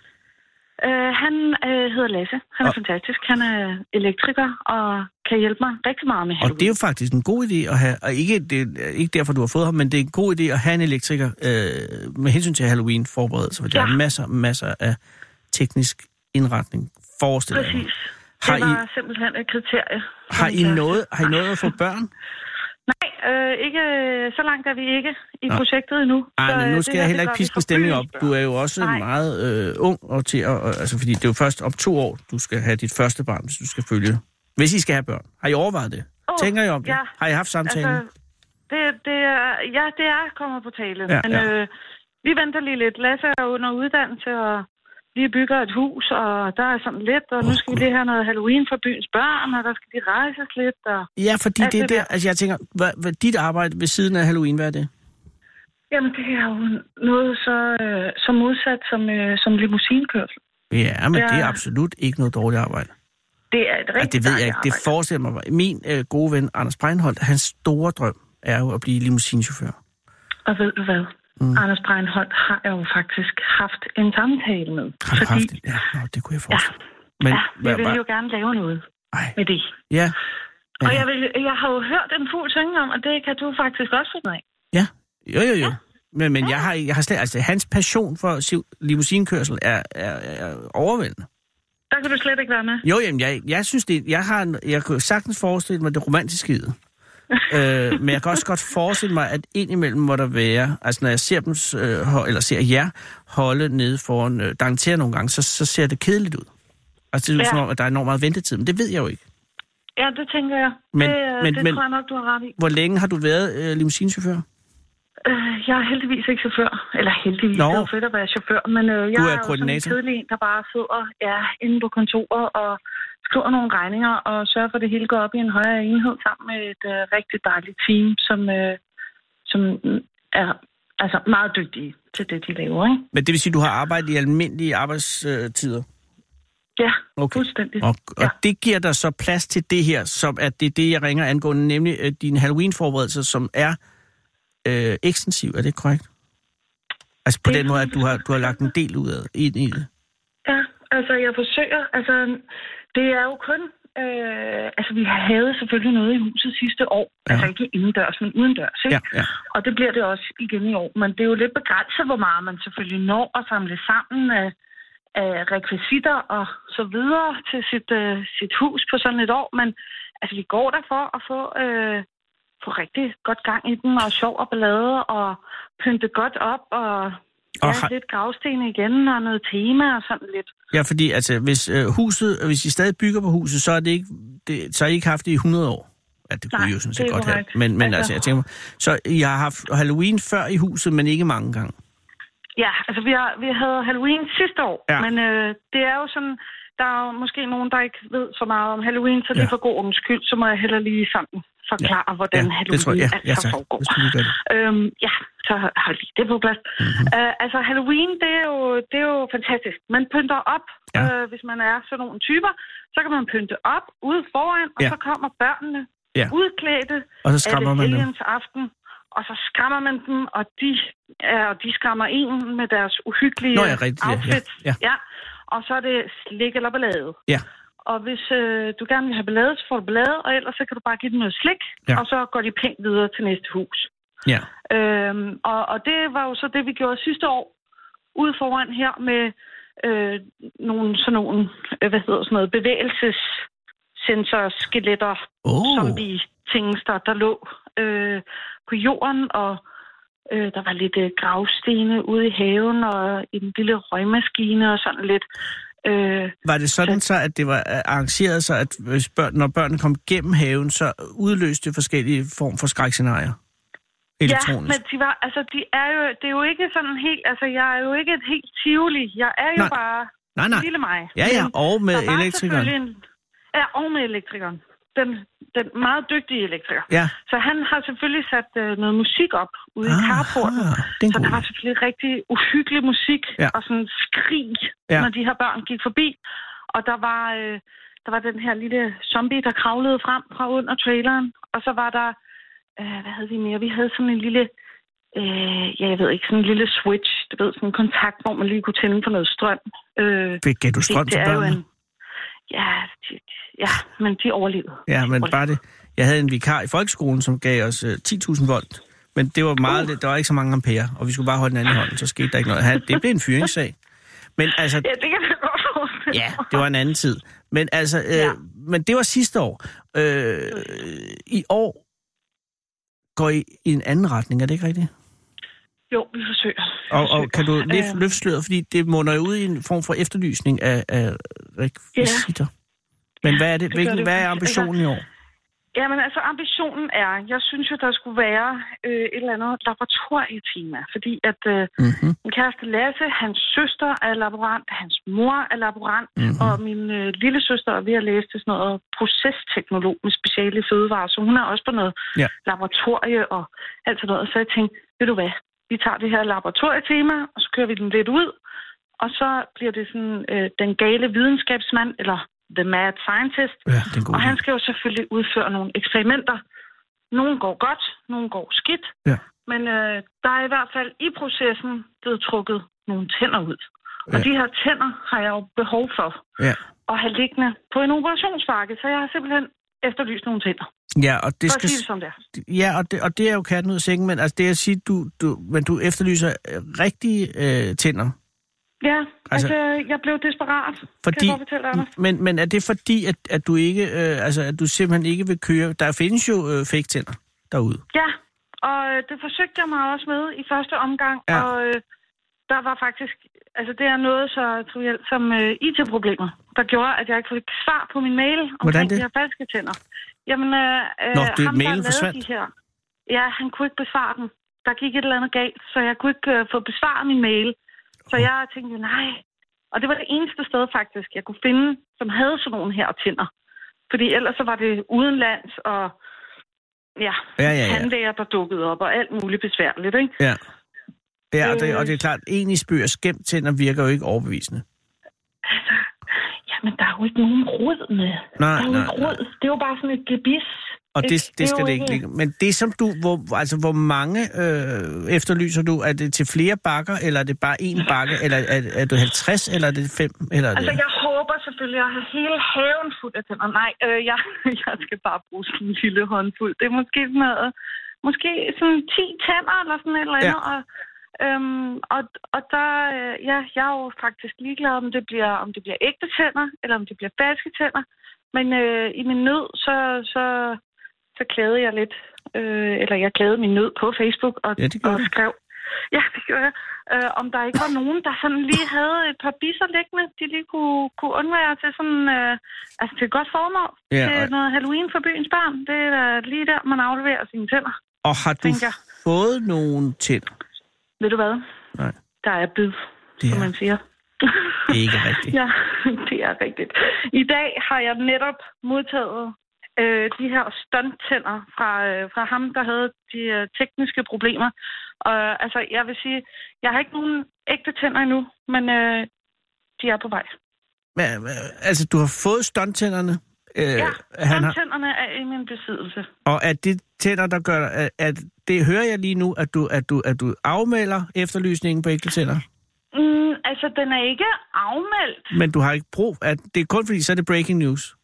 H: Uh, han uh, hedder Lasse. Han er og... fantastisk. Han er elektriker og kan hjælpe mig rigtig meget med Halloween.
E: Og det er jo faktisk en god idé at have, og ikke, det, ikke derfor, du har fået ham, men det er en god idé at have en elektriker øh, med hensyn til Halloween forberedelse, for ja. Der er masser, masser af teknisk indretning. Forestil dig.
H: Præcis.
E: Har
H: det var
E: I...
H: simpelthen et kriterie.
E: Har I, noget, har I noget at få børn?
H: Nej, øh, ikke så langt er vi ikke i Nå. projektet endnu.
E: Nej, men nu skal jeg heller ikke piske stemning op. Du er jo også Nej. meget øh, ung, og til at, altså, fordi det er jo først om to år, du skal have dit første barn, hvis du skal følge. Hvis I skal have børn. Har I overvejet det? Oh, Tænker I om det?
H: Ja.
E: Har I haft samtalen?
H: Altså, det, det er, ja, det er kommet på tale.
E: Ja,
H: men
E: ja.
H: Øh, vi venter lige lidt. Lasse er under uddannelse, og vi bygger et hus, og der er sådan lidt, og nu skal vi lige have noget Halloween for byens børn, og der skal de rejses lidt. Og
E: ja, fordi det er der, altså jeg tænker, hvad, hvad, dit arbejde ved siden af Halloween, hvad er det?
H: Jamen, det er jo noget så, øh, så modsat som, øh, som limousinekørsel.
E: Ja, men det er, det er absolut ikke noget dårligt arbejde.
H: Det er et rigtig
E: ja, det ved jeg ikke. Det forestiller mig. Min øh, gode ven, Anders Breinholt, hans store drøm er jo at blive limousinechauffør.
H: Og ved du hvad? Mm. Anders Breinholt har jeg jo faktisk haft en samtale med.
E: Har du fordi... haft det? Ja, nå, det kunne jeg forestille.
H: Ja, men, ja vi vil bare... jo gerne lave noget Ej. med det.
E: Ja. ja.
H: Og jeg, vil, jeg har jo hørt en fugl synge om, og det kan du faktisk også finde af.
E: Ja, jo jo jo. Ja. Men, men
H: ja.
E: jeg har, jeg har slet, altså, hans passion for limousinekørsel er, er, er overvældende.
H: Der kan du slet ikke være med.
E: Jo, jamen, jeg, jeg synes det, jeg har, jeg kunne sagtens forestille mig det romantiske i det. øh, men jeg kan også godt forestille mig, at indimellem må der være, altså når jeg ser dem, øh, eller ser jer holde nede foran øh, Dangter nogle gange, så, så ser det kedeligt ud. Altså det er ja. som om, at der er enormt meget ventetid, men det ved jeg jo ikke.
H: Ja, det tænker jeg.
E: Men,
H: det
E: men,
H: det
E: men,
H: tror jeg nok, du har ret i.
E: Hvor længe har du været øh, limousinechauffør?
H: Øh, jeg er heldigvis ikke chauffør. Eller heldigvis,
E: Nå.
H: det er jo fedt at være chauffør. Men øh, jeg
E: du er,
H: er
E: koordinator.
H: jo sådan en kedelig en, der bare sidder ja, inde på kontoret og skriver nogle regninger og sørger for, at det hele går op i en højere enhed sammen med et øh, rigtig dejligt team, som, øh, som er altså meget dygtige til det, de laver, ikke? Men
E: det vil sige, at du har arbejdet i almindelige arbejdstider?
H: Ja,
E: okay.
H: Fuldstændig.
E: Og, og
H: ja.
E: det giver dig så plads til det her, som at det er det, jeg ringer angående, nemlig uh, dine Halloween-forberedelser, som er uh, ekstensiv. Er det korrekt? Altså på det den måde, at du har, du har lagt en del ud af ind i det?
H: Ja, altså jeg forsøger. Altså det er jo kun... Øh, altså vi havde selvfølgelig noget i huset sidste år. Ja. Altså ikke indendørs, men udendørs. Ikke?
E: Ja, ja.
H: Og det bliver det også igen i år. Men det er jo lidt begrænset, hvor meget man selvfølgelig når at samle sammen af, af rekvisitter og så videre til sit, øh, sit hus på sådan et år. Men altså vi går der for at få, øh, få rigtig godt gang i den, og sjov og ballade, og pynte godt op, og... Ja, har... lidt gravsten igen, og noget tema og sådan lidt.
E: Ja, fordi altså, hvis øh, huset, hvis I stadig bygger på huset, så er det ikke, det, så har I ikke haft det i hundrede år. Ja, det kunne
H: Nej,
E: I jo sådan set godt
H: korrekt.
E: have. Men, men altså, altså jeg tænker, så I har haft Halloween før i huset, men ikke mange gange?
H: Ja, altså vi, har, vi havde Halloween sidste år, ja. men øh, det er jo sådan, der er jo måske nogen, der ikke ved så meget om Halloween, så ja. Det er for god ordens skyld, så må jeg heller lige sådan forklare, ja. hvordan ja, Halloween
E: ja,
H: altså
E: ja,
H: foregår.
E: Øhm,
H: ja, så har jeg lige det på plads. Mm-hmm. Uh, altså Halloween, det er, jo, det er jo fantastisk. Man pynter op, ja. øh, hvis man er sådan nogle typer, så kan man pynte op ude foran, og ja. så kommer børnene ja. udklædte
E: og så skræmmer man dem.
H: aften, og så skræmmer man dem, og de, ja, og de skræmmer en med deres uhyggelige
E: Nå, ja, rigtigt,
H: outfit.
E: Ja, ja.
H: Ja. Og så er det slik eller ballade.
E: Ja.
H: Og hvis øh, du gerne vil have ballade, så får du ballade, og ellers så kan du bare give dem noget slik, ja. og så går de pænt videre til næste hus.
E: Ja.
H: Øhm, og, og det var jo så det, vi gjorde sidste år, ude foran her med øh, nogle sådan nogle, hvad hedder sådan noget, bevægelsessensorskeletter,
E: oh.
H: zombie-tingster, der lå øh, på jorden, og øh, der var lidt øh, gravstene ude i haven, og en lille røgmaskine og sådan lidt. Øh,
E: var det sådan så, at det var arrangeret så, at hvis børn, når børnene kom gennem haven, så udløste forskellige form for skrækscenarier? Elektronisk.
H: Ja, men de var, altså, de er jo, det er jo ikke sådan helt, altså, jeg er jo ikke et helt tivoli. Jeg er jo
E: nej.
H: bare
E: nej, nej.
H: lille mig.
E: Ja, ja, og med elektrikeren.
H: En, ja, og med elektrikeren. Den, den meget dygtige elektriker.
E: Ja.
H: Så han har selvfølgelig sat øh, noget musik op ude ah, i carporten. Ah, så der var selvfølgelig rigtig uhyggelig musik ja. og sådan skrig, ja. når de her børn gik forbi. Og der var, øh, der var den her lille zombie, der kravlede frem fra under traileren. Og så var der, øh, hvad havde vi mere? Vi havde sådan en lille, øh, ja, jeg ved ikke, sådan en lille switch. Du ved, sådan en kontakt, hvor man lige kunne tænde for noget strøm. Øh,
E: Gav du strøm til børnene?
H: Ja, de, ja, men de overlevede.
E: Ja, men
H: overlevede.
E: bare det. Jeg havde en vikar i folkeskolen, som gav os uh, ti tusind volt. Men det var meget, uh. der var ikke så mange ampere, og vi skulle bare holde den anden i hånden, så skete der ikke noget. Han, det blev en fyringssag. Men altså...
H: Ja, det kan jeg godt forstå.
E: Ja, det var en anden tid. Men altså, øh, ja. men det var sidste år. Øh, I år går I i en anden retning, er det ikke rigtigt?
H: Jo, vi forsøger. Vi
E: og,
H: forsøger.
E: og kan du løfte løft sløret, fordi det munder jo ud i en form for efterlysning af, af rekvisitter. Ja. Men hvad er det?
H: det
E: Hvilken,
H: det.
E: hvad er ambitionen i år?
H: Jamen altså, ambitionen er, jeg synes jo, der skulle være øh, et eller andet laboratorietema, fordi at øh, mm-hmm. min kæreste Lasse, hans søster er laborant, hans mor er laborant, mm-hmm. og min øh, lille søster er ved at læse til sådan noget procesteknolog med speciale i fødevarer, så hun er også på noget ja. laboratorie og alt sådan noget. Så jeg tænkte, ved du hvad, vi tager det her laboratorietema, og så kører vi den lidt ud, og så bliver det sådan øh, den gale videnskabsmand, eller The Mad Scientist,
E: ja,
H: og han skal jo selvfølgelig udføre nogle eksperimenter. Nogle går godt, nogle går skidt,
E: ja.
H: men øh, der er i hvert fald i processen blevet trukket nogle tænder ud. Og ja. de her tænder har jeg jo behov for
E: ja.
H: at have liggende på en operationsbakke, så jeg har simpelthen efterlyst nogle tænder.
E: Ja, og det skal...
H: det, som det er.
E: Ja, og det, og det er jo katten ud af sækken, men altså det at sige, du, du, men du efterlyser rigtige øh, tænder.
H: Ja, altså, altså jeg blev desperat,
E: fordi,
H: kan jeg godt fortælle dig.
E: Men, men er det fordi, at, at du ikke, øh, altså at du simpelthen ikke vil køre, der findes jo øh, fake-tænder derude?
H: Ja, og øh, det forsøgte jeg mig også med i første omgang, ja. og øh, der var faktisk, altså det er noget så trivielt som øh, I T-problemer, der gjorde, at jeg ikke fik svar på min mail omkring de her falske tænder. Jamen, øh,
E: Nå, det
H: ham,
E: mailen forsvandt?
H: De her, ja, han kunne ikke besvare den. Der gik et eller andet galt, så jeg kunne ikke øh, få besvaret min mail. Så jeg tænkte, nej. Og det var det eneste sted faktisk, jeg kunne finde, som havde sådan nogle her tænder. Fordi ellers så var det udenlands, og ja,
E: ja, ja, ja.
H: tandlæger, der dukkede op, og alt muligt besværligt, ikke?
E: Ja, ja og, det, og det er klart, en i spøg og skæmt tænder virker jo ikke overbevisende.
H: Altså, jamen, der er jo ikke nogen rod med.
E: Nej,
H: der er jo
E: nej,
H: ikke rod.
E: nej.
H: Det er jo bare sådan et gebis.
E: Og det, det, det skal
H: det
E: det ikke ligge. Men det som du, hvor, altså hvor mange øh, efterlyser du? Er det til flere bakker, eller er det bare én bakke? Eller er, er du halvtreds, eller er det fem? Eller er det...
H: Altså, jeg håber selvfølgelig at have hele haven fuld af tænder. Nej, øh, jeg, jeg skal bare bruge sådan en lille håndfuld. Det er måske sådan noget, måske sådan ti tænder, eller sådan et eller andet. Ja. Og, øhm, og, og der, øh, ja, jeg er jo faktisk ligeglad, om det bliver, om det bliver ægte tænder, eller om det bliver falske tænder. Men øh, i min nød, så... så så klagede jeg lidt, øh, eller jeg klagede min nød på Facebook, og,
E: ja,
H: og skrev, ja, det gør jeg, øh, om der ikke var nogen, der sådan lige havde et par bisser liggende, de lige kunne, kunne undvære til sådan, øh, altså til et godt formål, ja, til og... noget Halloween for byens børn. Det er lige der, man afleverer sine tænder.
E: Og har du fået nogen tænder?
H: Ved du hvad?
E: Nej.
H: Der er bid, er... som man siger.
E: Det er ikke rigtigt.
H: Ja, det er rigtigt. I dag har jeg netop modtaget Øh, de her stunttænder fra, øh, fra ham, der havde de øh, tekniske problemer. Og altså, jeg vil sige, jeg har ikke nogen ægte tænder endnu, men øh, de er på vej.
E: Men, altså, du har fået stunttænderne?
H: Øh, ja, stunttænderne har... er i min besiddelse.
E: Og er det tænder, der gør... At, at det hører jeg lige nu, at du, at du, at du afmelder efterlysningen på ægte tænder?
H: Mm, altså, den er ikke afmeldt.
E: Men du har ikke brug... At, det er kun fordi, så er det breaking news.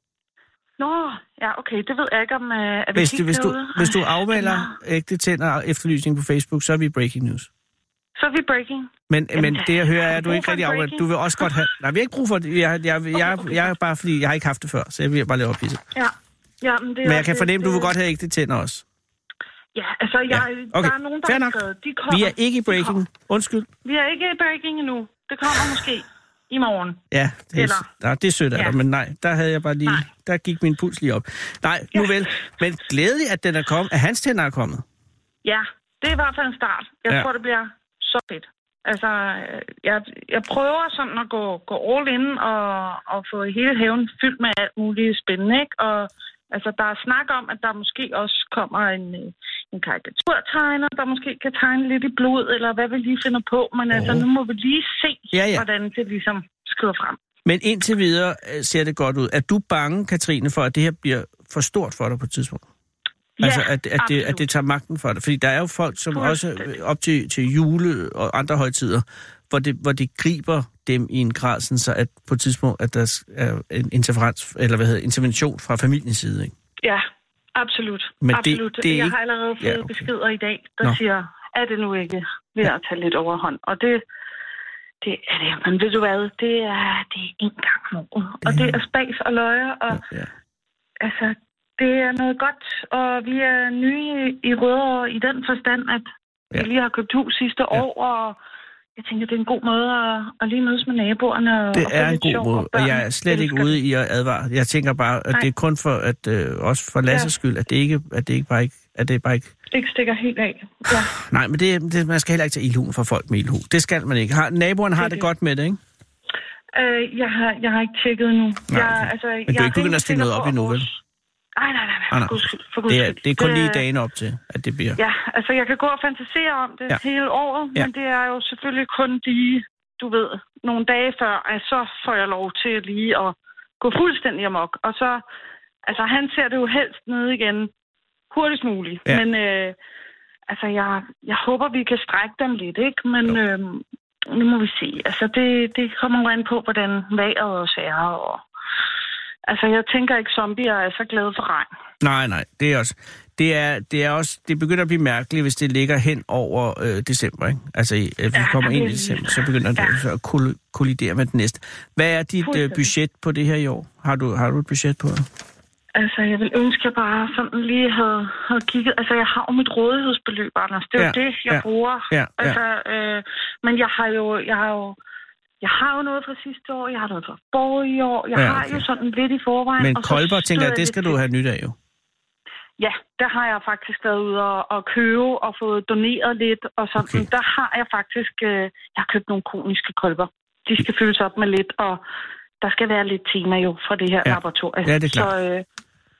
H: Nå, ja, okay. Det ved jeg ikke, om... Uh,
E: hvis, det, hvis, du, hvis du afmelder ægte tænder og efterlysning på Facebook, så er vi breaking news.
H: Så er vi breaking.
E: Men, men det, jeg hører, er, at du ikke rigtig afmelder. Du vil også godt have... Nej, vi har ikke brug for det. Jeg, jeg, jeg, jeg, okay, okay. jeg er bare fordi, jeg har ikke haft det før, så jeg vil bare lade ophidse.
H: Ja. Ja, men, det
E: men jeg kan fornemme,
H: det,
E: du vil godt have ægte tænder også.
H: Ja, altså, jeg, ja. Okay. Der er nogen, der har skrevet, de kommer.
E: Vi er ikke i breaking. Undskyld.
H: Vi er ikke i breaking endnu. Det kommer måske i morgen.
E: Ja, det er, nej, det er sødt af dig, men nej, der havde jeg bare lige, nej. Der gik min puls lige op. Nej, nu ja. vel, men glædeligt, at den er kommet, at hans tænder er kommet.
H: Ja, det er i hvert fald en start. Jeg ja. tror, det bliver så fedt. Altså, jeg, jeg prøver sådan at gå, gå all in og, og få hele haven fyldt med alt muligt spændende, ikke? Og altså, der er snak om, at der måske også kommer en, en karikaturtegner, der måske kan tegne lidt i blod, eller hvad vi lige finder på. Men oh. altså, nu må vi lige se, ja, ja. hvordan det ligesom skrider frem. Men
E: indtil videre ser det godt ud. Er du bange, Katrine, for, at det her bliver for stort for dig på et tidspunkt?
H: Ja,
E: altså, at, at, det, at det tager magten for dig? Fordi der er jo folk, som også op til, til jule og andre højtider, hvor det, hvor det griber dem i en grad, sådan så at på et tidspunkt, at der er en interferens, eller hvad hedder, intervention fra familiens side, ikke?
H: Ja, absolut.
E: Men
H: absolut.
E: Det, det er
H: jeg
E: ikke...
H: har allerede fået ja, okay. beskeder i dag, der
E: Nå.
H: siger, er det nu ikke ved at tage lidt overhånd? Og det, det er det. Men ved du hvad, det er, det er en gang om året. Og ja. det er spas og løjer, og ja, ja. altså, det er noget godt. Og vi er nye i Rødovre i den forstand, at ja. vi lige har købt hus sidste ja. år, og jeg tænker, det er en god måde at, at lige mødes med naboerne. Og,
E: det
H: og
E: er en god måde, og jeg er slet ikke ude i at advare. Jeg tænker bare, at Nej. det er kun for, at øh, også for Lasses ja. skyld, at det ikke, at det ikke bare ikke, at det bare ikke...
H: ikke stikker helt af. Ja.
E: Nej, men det, det, man skal heller ikke tage ildhugen for folk med ildhu. Det skal man ikke. Har, naboerne har det, det godt med det, ikke?
H: Øh, jeg, har, jeg har ikke tjekket endnu.
E: Nej,
H: jeg,
E: okay.
H: altså,
E: men du er ikke begyndt at stille noget op endnu, vel?
H: Nej, nej, nej. nej. God skyld, for god
E: det, er, det er kun
H: det,
E: lige dagen op til, at det bliver...
H: Ja, altså jeg kan gå og fantasere om det ja. hele året, ja. men det er jo selvfølgelig kun de, du ved, nogle dage før, at så får jeg lov til lige at gå fuldstændig amok. Og så, altså han ser det jo helst ned igen hurtigst muligt. Ja. Men øh, altså jeg, jeg håber, vi kan strække dem lidt, ikke? Men øh, nu må vi se. Altså det, det kommer jo an på, hvordan vejret også er, og... Altså, jeg tænker ikke, zombier er så glade for regn. Nej, nej, det er også... Det er, det er også... Det begynder at blive mærkeligt, hvis det ligger hen over øh, december, ikke? Altså, hvis vi ja, kommer ind i december, så begynder det ja. at kollidere med det næste. Hvad er dit øh, budget på det her i år? Har du, har du et budget på det? Altså, jeg vil ønske, at jeg bare sådan lige havde, havde kigget... Altså, jeg har jo mit rådighedsbeløb, Anders. Det er ja, jo det, jeg ja, bruger. Ja, ja. Altså, øh, men jeg har jo... Jeg har jo Jeg har jo noget fra sidste år, jeg har noget fra forrige år, jeg ja, okay. har jo sådan lidt i forvejen. Men kolber, tænker jeg, det skal du have nyt af jo. Ja, der har jeg faktisk været ude og, og købe og fået doneret lidt, og sådan. Okay. Der har jeg faktisk, øh, jeg har købt nogle koniske kolber. De skal fyldes op med lidt, og der skal være lidt tema jo fra det her ja. laboratorium. Ja, det er klart. Så, øh,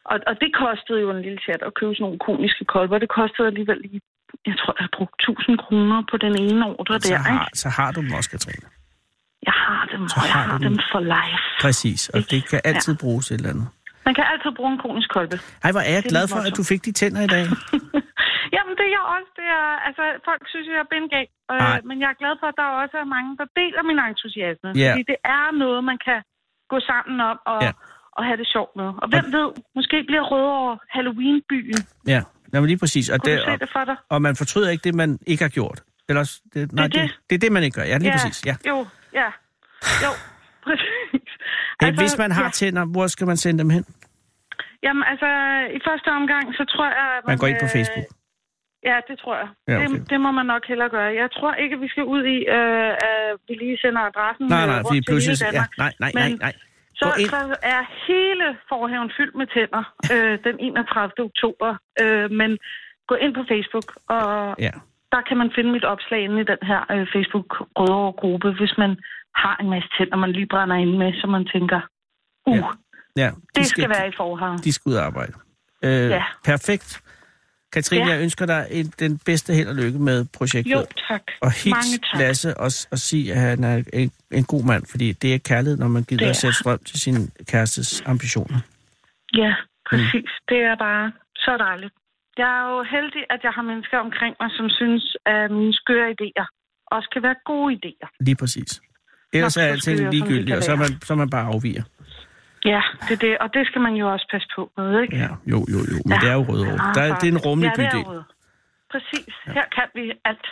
H: Og, og det kostede jo en lille chat at købe sådan nogle koniske kolber. Det kostede alligevel lige, jeg tror, jeg har brugt tusind kroner på den ene ordre
E: så
H: der,
E: har,
H: ikke?
E: Så har du dem også, Katrine.
H: Jeg har dem,
E: Så
H: og jeg
E: har
H: har
E: du
H: dem
E: dem.
H: for life.
E: Præcis, og det kan altid ja. bruges et eller andet.
H: Man kan altid bruge en konisk kolbe.
E: Ej, hvor er jeg
H: Det er
E: glad
H: lidt
E: for, at
H: morsomt.
E: du fik de tænder i dag.
H: Jamen, det er jeg også. Det er, altså, folk synes, jeg er bengal. Øh, men jeg er glad for, at der også er mange, der deler min entusiasme.
E: Ja.
H: Fordi det er noget, man kan gå sammen om og,
E: Ja.
H: og have det sjovt med. Og hvem ved, måske bliver Rødovre Halloween-byen.
E: Ja, jamen lige præcis. Og,
H: Kunne
E: det,
H: du se
E: og,
H: det for dig?
E: og man fortryder ikke det, man ikke har gjort. Ellers, det, nej,
H: Det er
E: det,
H: det.
E: det er det, man ikke gør. Ja, lige
H: Ja,
E: præcis. Ja.
H: Jo, ja. Jo, præcis.
E: Hey, hvis man har
H: ja.
E: tænder, hvor skal man sende dem hen?
H: Jamen, altså, i første omgang, så tror jeg... at
E: Man går ind på
H: øh,
E: Facebook.
H: Ja, det tror jeg.
E: Ja, okay.
H: det, det må man nok hellere gøre. Jeg tror ikke, vi skal ud i, øh, at vi lige sender adressen
E: Nej, nej,
H: øh,
E: fordi
H: rundt til
E: pludselig...
H: hele
E: Ja,
H: Danmark.
E: nej, nej,
H: Men
E: nej, nej.
H: Så,
E: Gå ind.
H: så er hele forhaven fyldt med tænder øh, den enogtredivte oktober. Øh, men gå ind på Facebook, og
E: Ja.
H: der kan man finde mit opslag inde i den her øh, Facebook-Rødovre-gruppe, hvis man har en masse tænder, man lige brænder ind med, så man tænker, uh,
E: Ja. Ja, de
H: det skal, skal være i forhaven.
E: De skal ud og arbejde. Øh,
H: Ja.
E: Perfekt. Katrine,
H: Ja.
E: jeg ønsker dig en, den bedste held og lykke med projektet.
H: Jo, tak.
E: Og hils
H: Mange tak.
E: Lasse og, og sig, at han er en, en god mand, fordi det er kærlighed, når man gider
H: Det er.
E: at sætte strøm til sin kærestes ambitioner.
H: Ja, præcis. Mm. Det er bare så dejligt. Jeg er jo heldig, at jeg har mennesker omkring mig, som synes, at mine skøre idéer også kan være gode idéer.
E: Lige præcis. Ellers
H: Nok
E: er
H: så
E: alting
H: skøre, som de
E: ligegyldigt,
H: kan
E: og så er,
H: være.
E: man, så er man bare afviger.
H: Ja, det er det. Og det skal man jo også passe på med, ikke?
E: Ja, jo, jo, jo. Men
H: Ja.
E: det er jo Rødovre. Der, er- det er en rummelig
H: ja, det er
E: bydel.
H: Rødovre. Præcis. Ja. Her kan vi alt.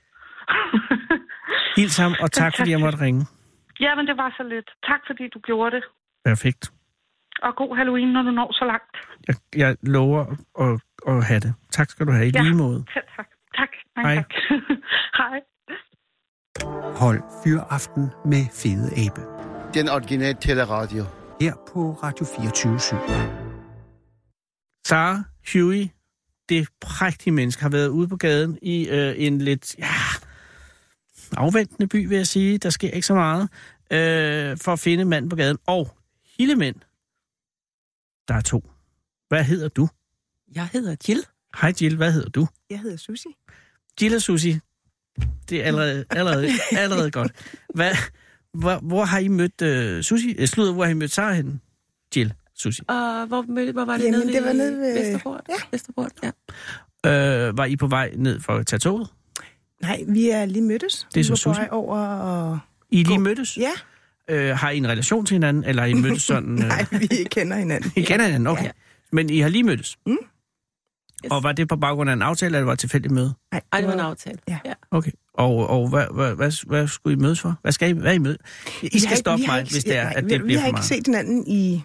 E: Hils ham, og tak fordi jeg måtte ringe.
H: Jamen, det var så lidt. Tak, fordi du gjorde det.
E: Perfekt.
H: Og god Halloween, når du når så langt.
E: Jeg, jeg lover at, at have det. Tak skal du have i
H: Ja.
E: lige måde.
H: Selv tak. Tak. Mange
E: Hej.
H: tak. Hej.
C: Hold Fyraften med Fede Abe.
F: Den originale teleradio.
C: Her på Radio fireogtyve syv.
E: Sarah Huey, det prægtige menneske, har været ude på gaden i øh, en lidt ja, afventende by, vil jeg sige. Der sker ikke så meget øh, for at finde manden på gaden. Og Hillemænd, der er to. Hvad hedder du?
A: Jeg hedder Jill.
E: Hej Jill, hvad hedder du?
A: Jeg hedder Susi.
E: Jill og Susi. Det er allerede, allerede, allerede godt. Hvad, hvor, hvor har I mødt øh, Susi? Øh, slutter, hvor har I mødt Sarah henne? Jill, Susi.
A: Og hvor, mød- hvor var det?
I: Jamen,
A: nede
I: det var
A: i
I: nede ved-
A: Vesterport?
I: Ja.
A: Vesterport, ja.
E: Øh, var I på vej ned for at tage toget?
I: Nej, vi er lige mødtes.
E: Det er
I: vi
E: så
I: var på
E: Susi.
I: vej over og...
E: I lige mødtes?
I: Ja,
E: Øh, har I en relation til hinanden, eller har I mødtes sådan... Øh...
I: nej, vi kender hinanden.
E: I kender hinanden, okay.
A: Ja.
E: Men I har lige mødtes?
I: Mm.
A: Yes.
E: Og var det på baggrund af en aftale, eller var det et tilfældigt møde?
I: Nej,
A: Ej, det var en aftale.
I: Ja.
A: ja.
E: Okay. Og, og hvad, hvad, hvad, hvad skulle I mødes for? Hvad skal I, hvad er I møde? I
I: Vi
E: skal
I: har ikke-
E: stoppe
I: vi har
E: mig,
I: ikke-
E: hvis det er,
I: nej,
E: at
I: vi-
E: det
I: Vi
E: bliver
I: har
E: for
I: ikke
E: meget.
I: set hinanden i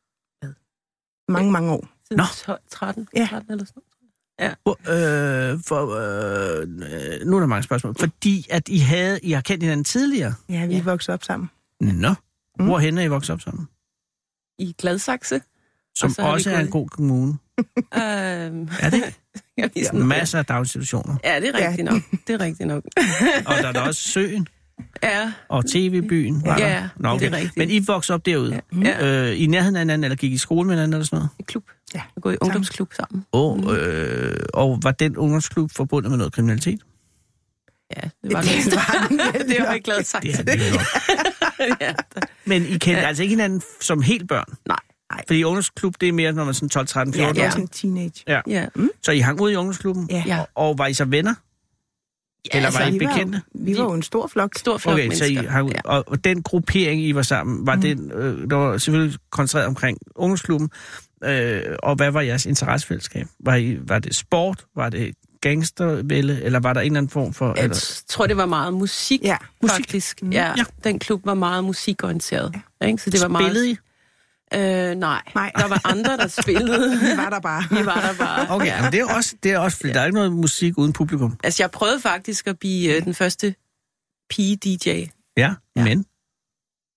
I: mange, mange år.
A: Siden
E: Nå.
A: tolv, tretten,
I: Ja.
A: tretten eller sådan
E: Hvor, øh, for, øh, øh, nu er der mange spørgsmål. Fordi at I, havde, I har kendt hinanden tidligere?
I: Ja, vi
A: Ja.
I: er vokset op sammen.
E: Nå.
I: Mm.
E: Hvorhen er I vokset op sammen?
A: i Gladsaxe.
E: Som
A: Og så har vi
E: også er
A: gået-
E: en god kommune.
A: Øhm,
E: Er det?
A: jeg ved sådan,
E: Masser af daginstitutioner.
A: Ja, det er rigtigt
I: Ja.
A: nok. Det er rigtigt nok.
E: Og der er der også Søen
A: Ja,
E: og T V-byen. Var
A: Ja,
E: der? Nå, okay.
A: det er rigtigt.
E: Men I voksede op derude?
A: ja.
E: Øh, I nærheden af hinanden, eller gik I i skole med hinanden, eller sådan noget?
A: i klub.
I: Ja.
A: Jeg går i ungdomsklub sammen.
E: Og, øh, og var den ungdomsklub forbundet med noget kriminalitet?
A: Ja, det var
I: Det
A: det.
I: var den vel
A: Det var
I: nok.
A: ikke glad sagt.
E: Det er det nok.
A: ja.
E: Men I kendte ja. altså ikke hinanden som helt børn?
A: Nej.
E: Fordi ungdomsklub, det er mere, når man er sådan tolv, tretten,
I: Ja,
E: fjorten
I: det
E: år.
I: var sådan en teenage.
E: Ja.
A: Ja.
E: Så I hang ud i ungdomsklubben?
I: Ja.
A: Ja.
E: Og, og var I så venner?
A: Ja,
E: Eller var I
I: vi var,
E: bekendte?
I: jo- vi var jo en stor flok.
A: Stor flok
E: Okay, så I
A: mennesker.
E: hang ud.
A: Ja.
E: Og, og den gruppering, I var sammen, var mm. den, øh, der var selvfølgelig koncentreret omkring ungdomsklubben. Øh, og hvad var jeres interessefællesskab? Var, I, var det sport? Var det gangstervælde? Eller var der en eller anden form for...
A: Jeg
E: Eller?
A: tror, det var meget musik,
I: Ja.
A: faktisk.
I: Mm.
A: Ja,
E: Ja.
A: den klub var meget musikorienteret. Ja. Ikke? Så det var meget...
E: Spillede I?
A: Øh, nej.
I: Nej.
A: Der var andre, der spillede.
I: Vi var der bare.
A: Vi var der bare.
E: Okay, ja. Men det er også, det er også fordi ja. der er ikke noget musik uden publikum.
A: Altså, jeg prøvede faktisk at blive øh, den første pige-D J.
E: Ja,
A: Ja.
E: men...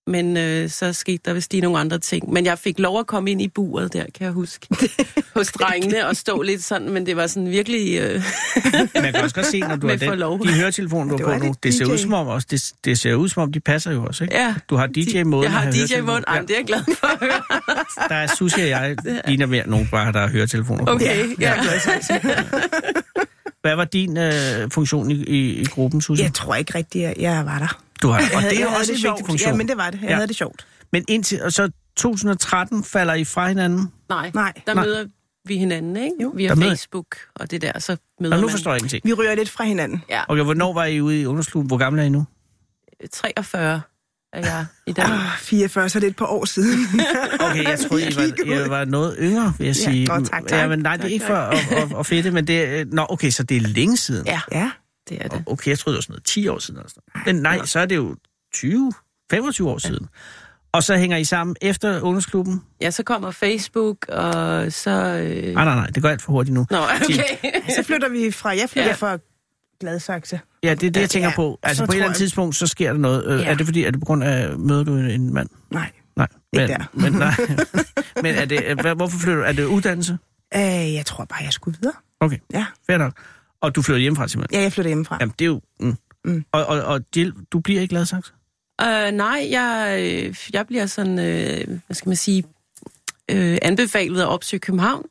A: Men øh, så skete der vist lige nogle andre ting. Men jeg fik lov at komme ind i buret der, kan jeg huske. Hos drengene og stå lidt sådan, men det var sådan virkelig... Øh...
E: Man kan også godt se, når du har den, de høretelefoner, du har på nu, det ser, ud som om også, det, det ser ud som om, de passer jo også, ikke?
A: Ja.
E: Du har D J-måden.
A: Jeg har D J-måden, ja. Det er jeg glad for at høre.
E: Der er Susie og jeg, ligner mere nogen bare, der har høretelefoner på.
A: Okay, ja.
E: ja. Hvad var din øh, funktion i, i, i gruppen, Susie?
I: Jeg tror ikke rigtigt, at jeg var der.
E: Du har, og
I: havde,
E: det er jo også
I: det
E: en
I: sjovt.
E: vigtig funktion.
I: Ja, men det var det. Jeg ja. havde det sjovt.
E: Men indtil, og så to tusind og tretten falder I fra hinanden?
A: Nej,
I: Nej.
A: der
E: Nej.
A: møder vi hinanden, ikke?
I: Jo.
A: Via
E: Der
A: Facebook og det der, så møder
E: og nu
A: man...
E: forstår jeg ingenting.
I: Vi ryger lidt fra hinanden.
A: Ja.
E: Okay, hvornår var I ude i ungdomsklubben? Hvor gammel er I nu?
A: treogfyrre er jeg i dag.
I: Oh, fireogfyrre, så er det et par år siden.
E: Okay, jeg troede, I var, I var noget yngre, vil jeg sige.
I: Ja, oh, tak, tak.
E: Ja, men nej, det er ikke for at, at, at fedte, men det er... Nå, okay, så det er længe siden.
A: Ja,
I: ja.
A: det er det.
E: Okay, jeg troede, det var sådan noget ti år siden. Eller sådan. Men nej, så er det jo tyve, femogtyve år siden. Og så hænger I sammen efter ungdomsklubben?
A: Ja, så kommer Facebook, og så... Øh...
E: Nej, nej, nej, det går alt for hurtigt nu.
A: Nå, okay.
I: Så flytter vi fra... Jeg flytter
A: Ja.
I: fra Gladsaxe.
E: Ja, det er det, jeg tænker
I: Ja,
E: på. Altså,
I: så
E: på et eller andet
I: tror jeg-
E: tidspunkt, så sker der noget. Øh,
I: Ja.
E: Er det fordi, er det på grund af, møder du en, en mand?
I: Nej,
E: Nej.
I: ikke
E: Men,
I: der.
E: men, nej. men er det, hvad- hvorfor flytter du? Er det uddannelse?
I: Øh, jeg tror bare, jeg skulle videre.
E: Okay,
I: Ja,
E: fair nok. Og du flytter hjemmefra simpelthen?
I: ja jeg flytter hjemmefra.
E: Jamen, det er jo... Mm.
I: Mm.
E: Og, og, og Jill, du bliver ikke Gladsaxe?
A: Uh, nej, jeg, øh, jeg bliver sådan, øh, hvad skal man sige, øh, anbefalet at opsøge København.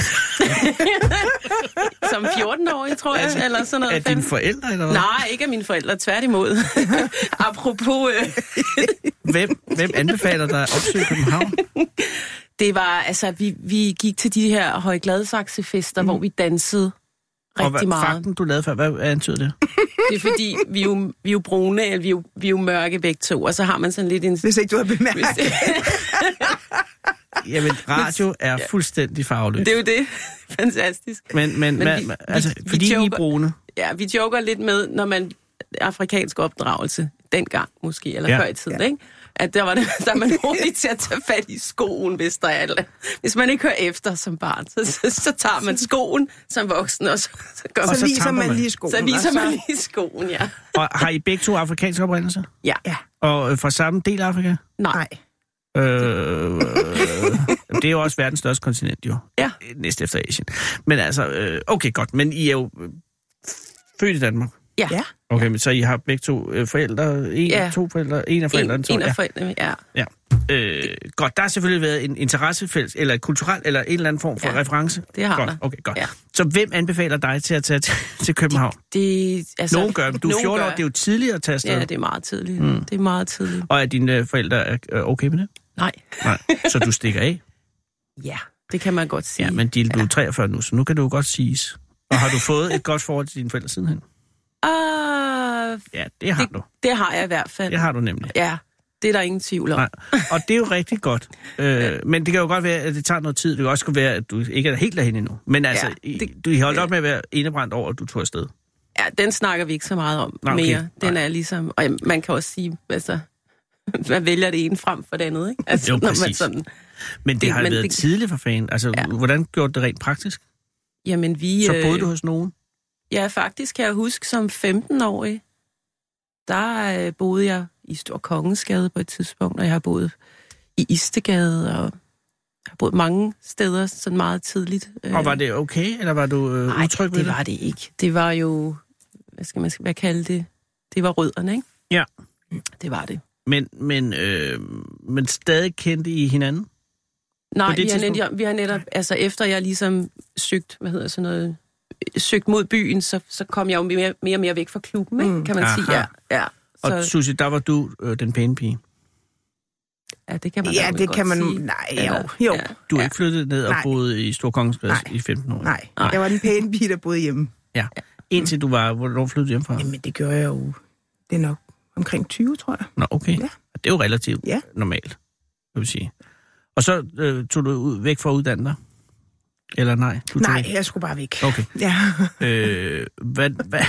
A: Som fjorten-årig, tror jeg, altså, eller sådan noget.
E: Er dine forældre, eller hvad?
A: Nej, ikke af mine forældre, tværtimod. Apropos... Øh,
E: Hvem, hvem anbefaler dig at opsøge København?
A: det var, altså, vi, vi gik til de her Høje Gladsaxe-fester, mm. hvor vi dansede rigtig
E: og hvad,
A: meget.
E: fakten, du lavede før, hvad antyder det?
A: Det er fordi, vi er jo, vi er jo brune, eller vi er jo, vi er jo mørke begge to, og så har man sådan lidt en...
I: Hvis ikke du har bemærket.
E: Jamen, radio er fuldstændig farveløs.
A: Det er jo det. Fantastisk.
E: Men, men,
A: Men
E: men
A: vi-
E: vi, altså,
A: vi- vi
E: fordi I er
A: joker-
E: brune.
A: Ja, vi joker lidt med, når man afrikansk opdragelse, dengang måske, eller
E: Ja.
A: ja. før i tiden, ja. ikke? At der var det, der er man hurtigt til at tage fat i skoen, hvis der er alt. Hvis man ikke hører efter som barn, så, så, så tager man skoen som voksen, og så, så, gør
E: Og
A: man,
I: Så
E: så
I: viser
E: tamper
I: man
E: man.
I: lige skoen.
A: så viser
I: og
A: man lige skoen, ja.
E: Og har I begge to afrikansk oprindelse?
A: Ja.
I: Ja.
E: Og øh, fra samme del af Afrika?
A: Nej.
I: Nej.
E: Øh, øh, det er jo også verdens største kontinent, jo.
A: Ja.
E: Næst efter Asien. Men altså, øh, okay, godt. Men I er jo øh, født i Danmark.
A: Ja.
I: Ja.
E: Okay, men så I har begge to øh, forældre, en,
A: Ja.
E: to forældre, en af forældrene,
A: En,
E: to.
A: en
E: ja.
A: af forældrene, ja.
E: Ja. Øh, godt, der har selvfølgelig været en interessefælles, eller et kulturelt, eller en eller anden form for
A: Ja,
E: reference.
A: det har
E: godt.
A: der.
E: Okay, godt.
A: Ja.
E: Så hvem anbefaler dig til at tage til, til København?
A: Det, altså,
E: Nogen gør, men du er
A: nogen
E: fjorten år,
A: gør.
E: det er jo tidligere at tage afsted.
A: Ja, det er meget tidligt.
E: Mm.
A: Det er meget tidligt.
E: Og er dine øh, forældre er, er okay med det?
A: Nej.
E: Nej, så du stikker af?
A: Ja, det kan man godt sige.
E: Ja, men Jill, du er treogfyrre nu, så nu kan det jo godt siges. Og har du fået et godt forhold til dine forældre sidenhen?
A: Uh,
E: Ja, det har
A: det,
E: du.
A: det har jeg i hvert fald.
E: Det har du nemlig.
A: Ja, det er der ingen tvivl om.
E: Nej. Og det er jo rigtig godt. Øh, men det kan jo godt være, at det tager noget tid. Det kan også godt være, at du ikke er helt derhen endnu. Men altså,
A: Ja,
E: det,
A: det-
E: du har holdt op med at være indebrændt over, at du tog afsted.
A: Ja, den snakker vi ikke så meget om
E: Nå, okay.
A: mere. Den
E: Nej.
A: er ligesom... Og man kan også sige, altså... Man vælger det ene frem for det andet, ikke? Altså,
E: Jo,
A: når man
E: præcis.
A: sådan...
E: Men det,
A: Det-
E: har
A: men
E: været
A: det-
E: tidligt for fanden. Altså,
A: Ja.
E: hvordan gjorde det rent praktisk?
A: Jamen, vi...
E: Så boede
A: øh,
E: du hos nogen?
A: Ja, faktisk kan jeg huske, som femten-årig, der øh, boede jeg i Stor Kongensgade på et tidspunkt, og jeg har boet i Istegade, og jeg har boet mange steder sådan meget tidligt.
E: Og var det okay, eller var du øh,
A: Nej,
E: utryg ved
A: det
E: det?
A: var det ikke. Det var jo... Hvad skal man hvad kalde det? Det var rødderne, ikke?
E: Ja.
A: Det var det.
E: Men, men, øh, men stadig kendte I hinanden?
A: Nej,
E: det
A: vi har,
E: tidspunkt?
A: netop, vi har netop, altså efter jeg ligesom søgt, hvad hedder sådan noget, søgt mod byen, så, så kom jeg jo mere, mere og mere væk fra klubben, ikke?
I: Mm.
A: Kan man
E: Aha.
A: sige. Ja, ja.
E: Og
A: Så,
E: Susie, der var du øh, den pæne pige.
A: ja, det kan man
I: Ja,
A: da vel
I: det
A: godt
I: kan man...
A: sige.
I: Nej,
A: Eller-
I: jo. jo.
A: Ja.
E: Du er
A: Ja.
E: ikke flyttet ned og
I: Nej.
E: boede i Storkongensgade
I: Nej.
E: i femten år?
I: Nej,
A: Nej.
I: jeg var den pæne pige, der boede hjemme.
E: Ja. Indtil du var, hvornår flyttede du hjemmefra?
I: Jamen, det gjorde jeg jo... Det er nok omkring tyve, tror jeg.
E: Nå, okay.
I: Ja.
E: Det er jo relativt
I: Ja.
E: normalt, vil jeg sige. Og så øh, tog du ud, væk fra at uddanne dig? Eller nej? Du tog
I: Nej,
E: væk?
I: jeg skulle bare væk.
E: Okay.
I: Ja.
E: Øh, hvad, hvad?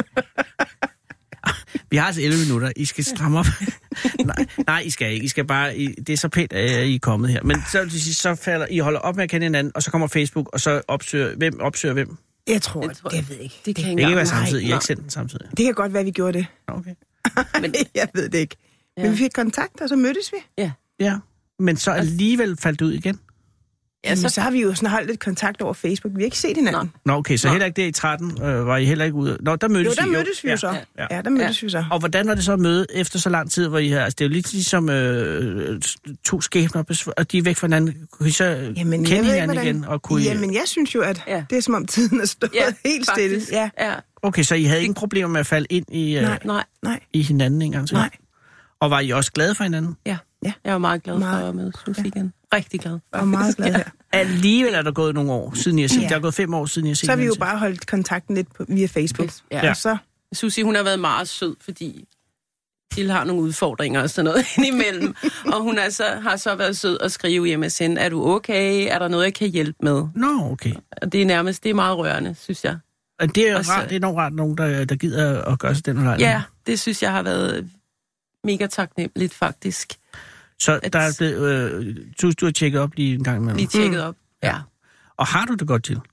E: Vi har altså elleve minutter. I skal stramme op. nej, nej, I skal ikke. I skal bare... I, det er så pænt, at I er kommet her. Men så, så falder I holder op med at kende hinanden, og så kommer Facebook, og så opsøger... Hvem opsøger hvem? Det
I: Jeg tror,
A: Jeg
I: det,
A: tror-
I: det jeg ved jeg ikke.
A: Det kan
E: kan
A: ikke
E: ikke være
A: engang-
E: samtidig. I har
A: Nej,
E: ikke sendt den samtidig.
I: Det kan godt være, vi gjorde det.
E: Okay.
A: Men,
I: Jeg ved det ikke. Ja. Men vi fik kontakt, og så mødtes vi.
A: Ja.
E: Ja, men så alligevel faldt det ud igen?
I: Ja, så, så har vi jo sådan holdt lidt kontakt over Facebook. Vi har ikke set hinanden.
E: Nå, okay, så Nå. heller ikke der i tretten øh, var I heller ikke ude? Nå, der mødtes
I: jo, der
E: I,
I: mødtes vi jo, vi jo så. Ja, ja der mødtes ja. vi så.
E: Og hvordan var det så at møde efter så lang tid, hvor I her? Altså, det er jo lidt ligesom øh, to skæbner, og de er væk fra hinanden. Kunne I så jamen, kende hinanden hvordan... igen? Og kunne
I: jamen, jeg synes jo, at ja. det er som om tiden er stået ja, helt faktisk. stille. Ja.
A: Ja.
E: Okay, så I havde ingen problemer med at falde ind i, øh,
A: nej, nej.
E: i hinanden en gang til?
I: Nej.
E: Og var I også glade for hinanden?
A: Ja, ja. Jeg var meget glad meget. for at møde Susie ja. igen. Rigtig glad.
I: Og meget glad her.
E: Alligevel er der gået nogle år, siden jeg set. Ja. Der er gået fem år, siden jeg set.
I: Så har vi jo bare holdt kontakten lidt på, via Facebook.
A: Ja.
I: ja. Så...
A: Susie, hun har været meget sød, fordi Jill har nogle udfordringer og sådan noget indimellem. Og hun altså, har så været sød at skrive i M S N, er du okay? Er der noget, jeg kan hjælpe med?
E: Nå, okay.
A: Og det er nærmest, det er meget rørende, synes jeg.
E: Og det er jo rart, det er enormt rart, nogen, der, der gider at gøre sig den her.
A: Ja, det synes jeg har været mega taknemmeligt, faktisk.
E: Så at... der er blevet, øh, du, du har tjekket op lige en gang imellem?
A: Lige tjekket mm. op, ja.
E: Og har du det godt, Jill?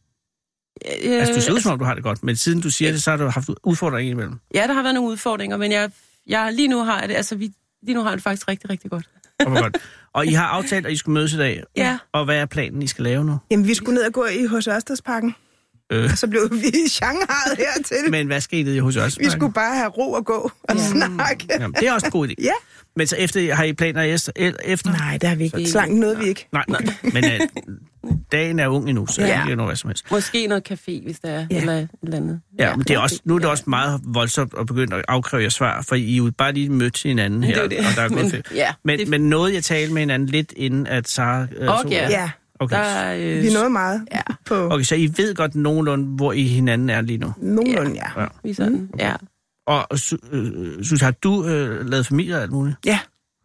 E: Øh, altså, du ser ud som om, du har det godt, men siden du siger det, så har du haft udfordringer imellem.
A: Ja, der har været nogle udfordringer, men jeg, jeg lige nu har det, altså vi, lige nu har det faktisk rigtig, rigtig godt.
E: Oh godt. Og I har aftalt, at I skulle mødes i dag?
A: Ja.
E: Og hvad er planen, I skal lave nu?
I: Jamen, vi skulle ned og gå i H C Ørstedsparken. Øh. Og så blev vi shanghajet hertil.
E: Men hvad skete I hos os?
I: Vi skulle bare have ro og gå og ja. snakke.
E: Jamen, det er også en god idé.
I: Ja.
E: Men så efter, har I planer efter?
I: Nej, det har vi ikke. Så langt nåede vi ikke.
E: Nej, men uh, dagen er ung endnu, så ja. det er noget hvad som helst.
A: Måske noget café, hvis der er, ja. eller et eller andet.
E: Ja, men det er også, nu er det også meget voldsomt at begynde at afkræve jer svar, for I er jo bare lige mødt hinanden her. Det det. Og der er men, ja, men, det... men noget, jeg talte med hinanden lidt inden, at Sara... Uh,
A: okay, ja. ja.
E: Okay.
A: Der, øh...
I: Vi nåede meget ja. på...
E: Okay, så I ved godt nogenlunde, hvor I hinanden er lige nu?
I: Nogenlunde, ja.
E: ja.
A: Vi sådan, okay. ja.
E: Og Susie, har du øh, lavet familie og alt muligt?
I: Ja,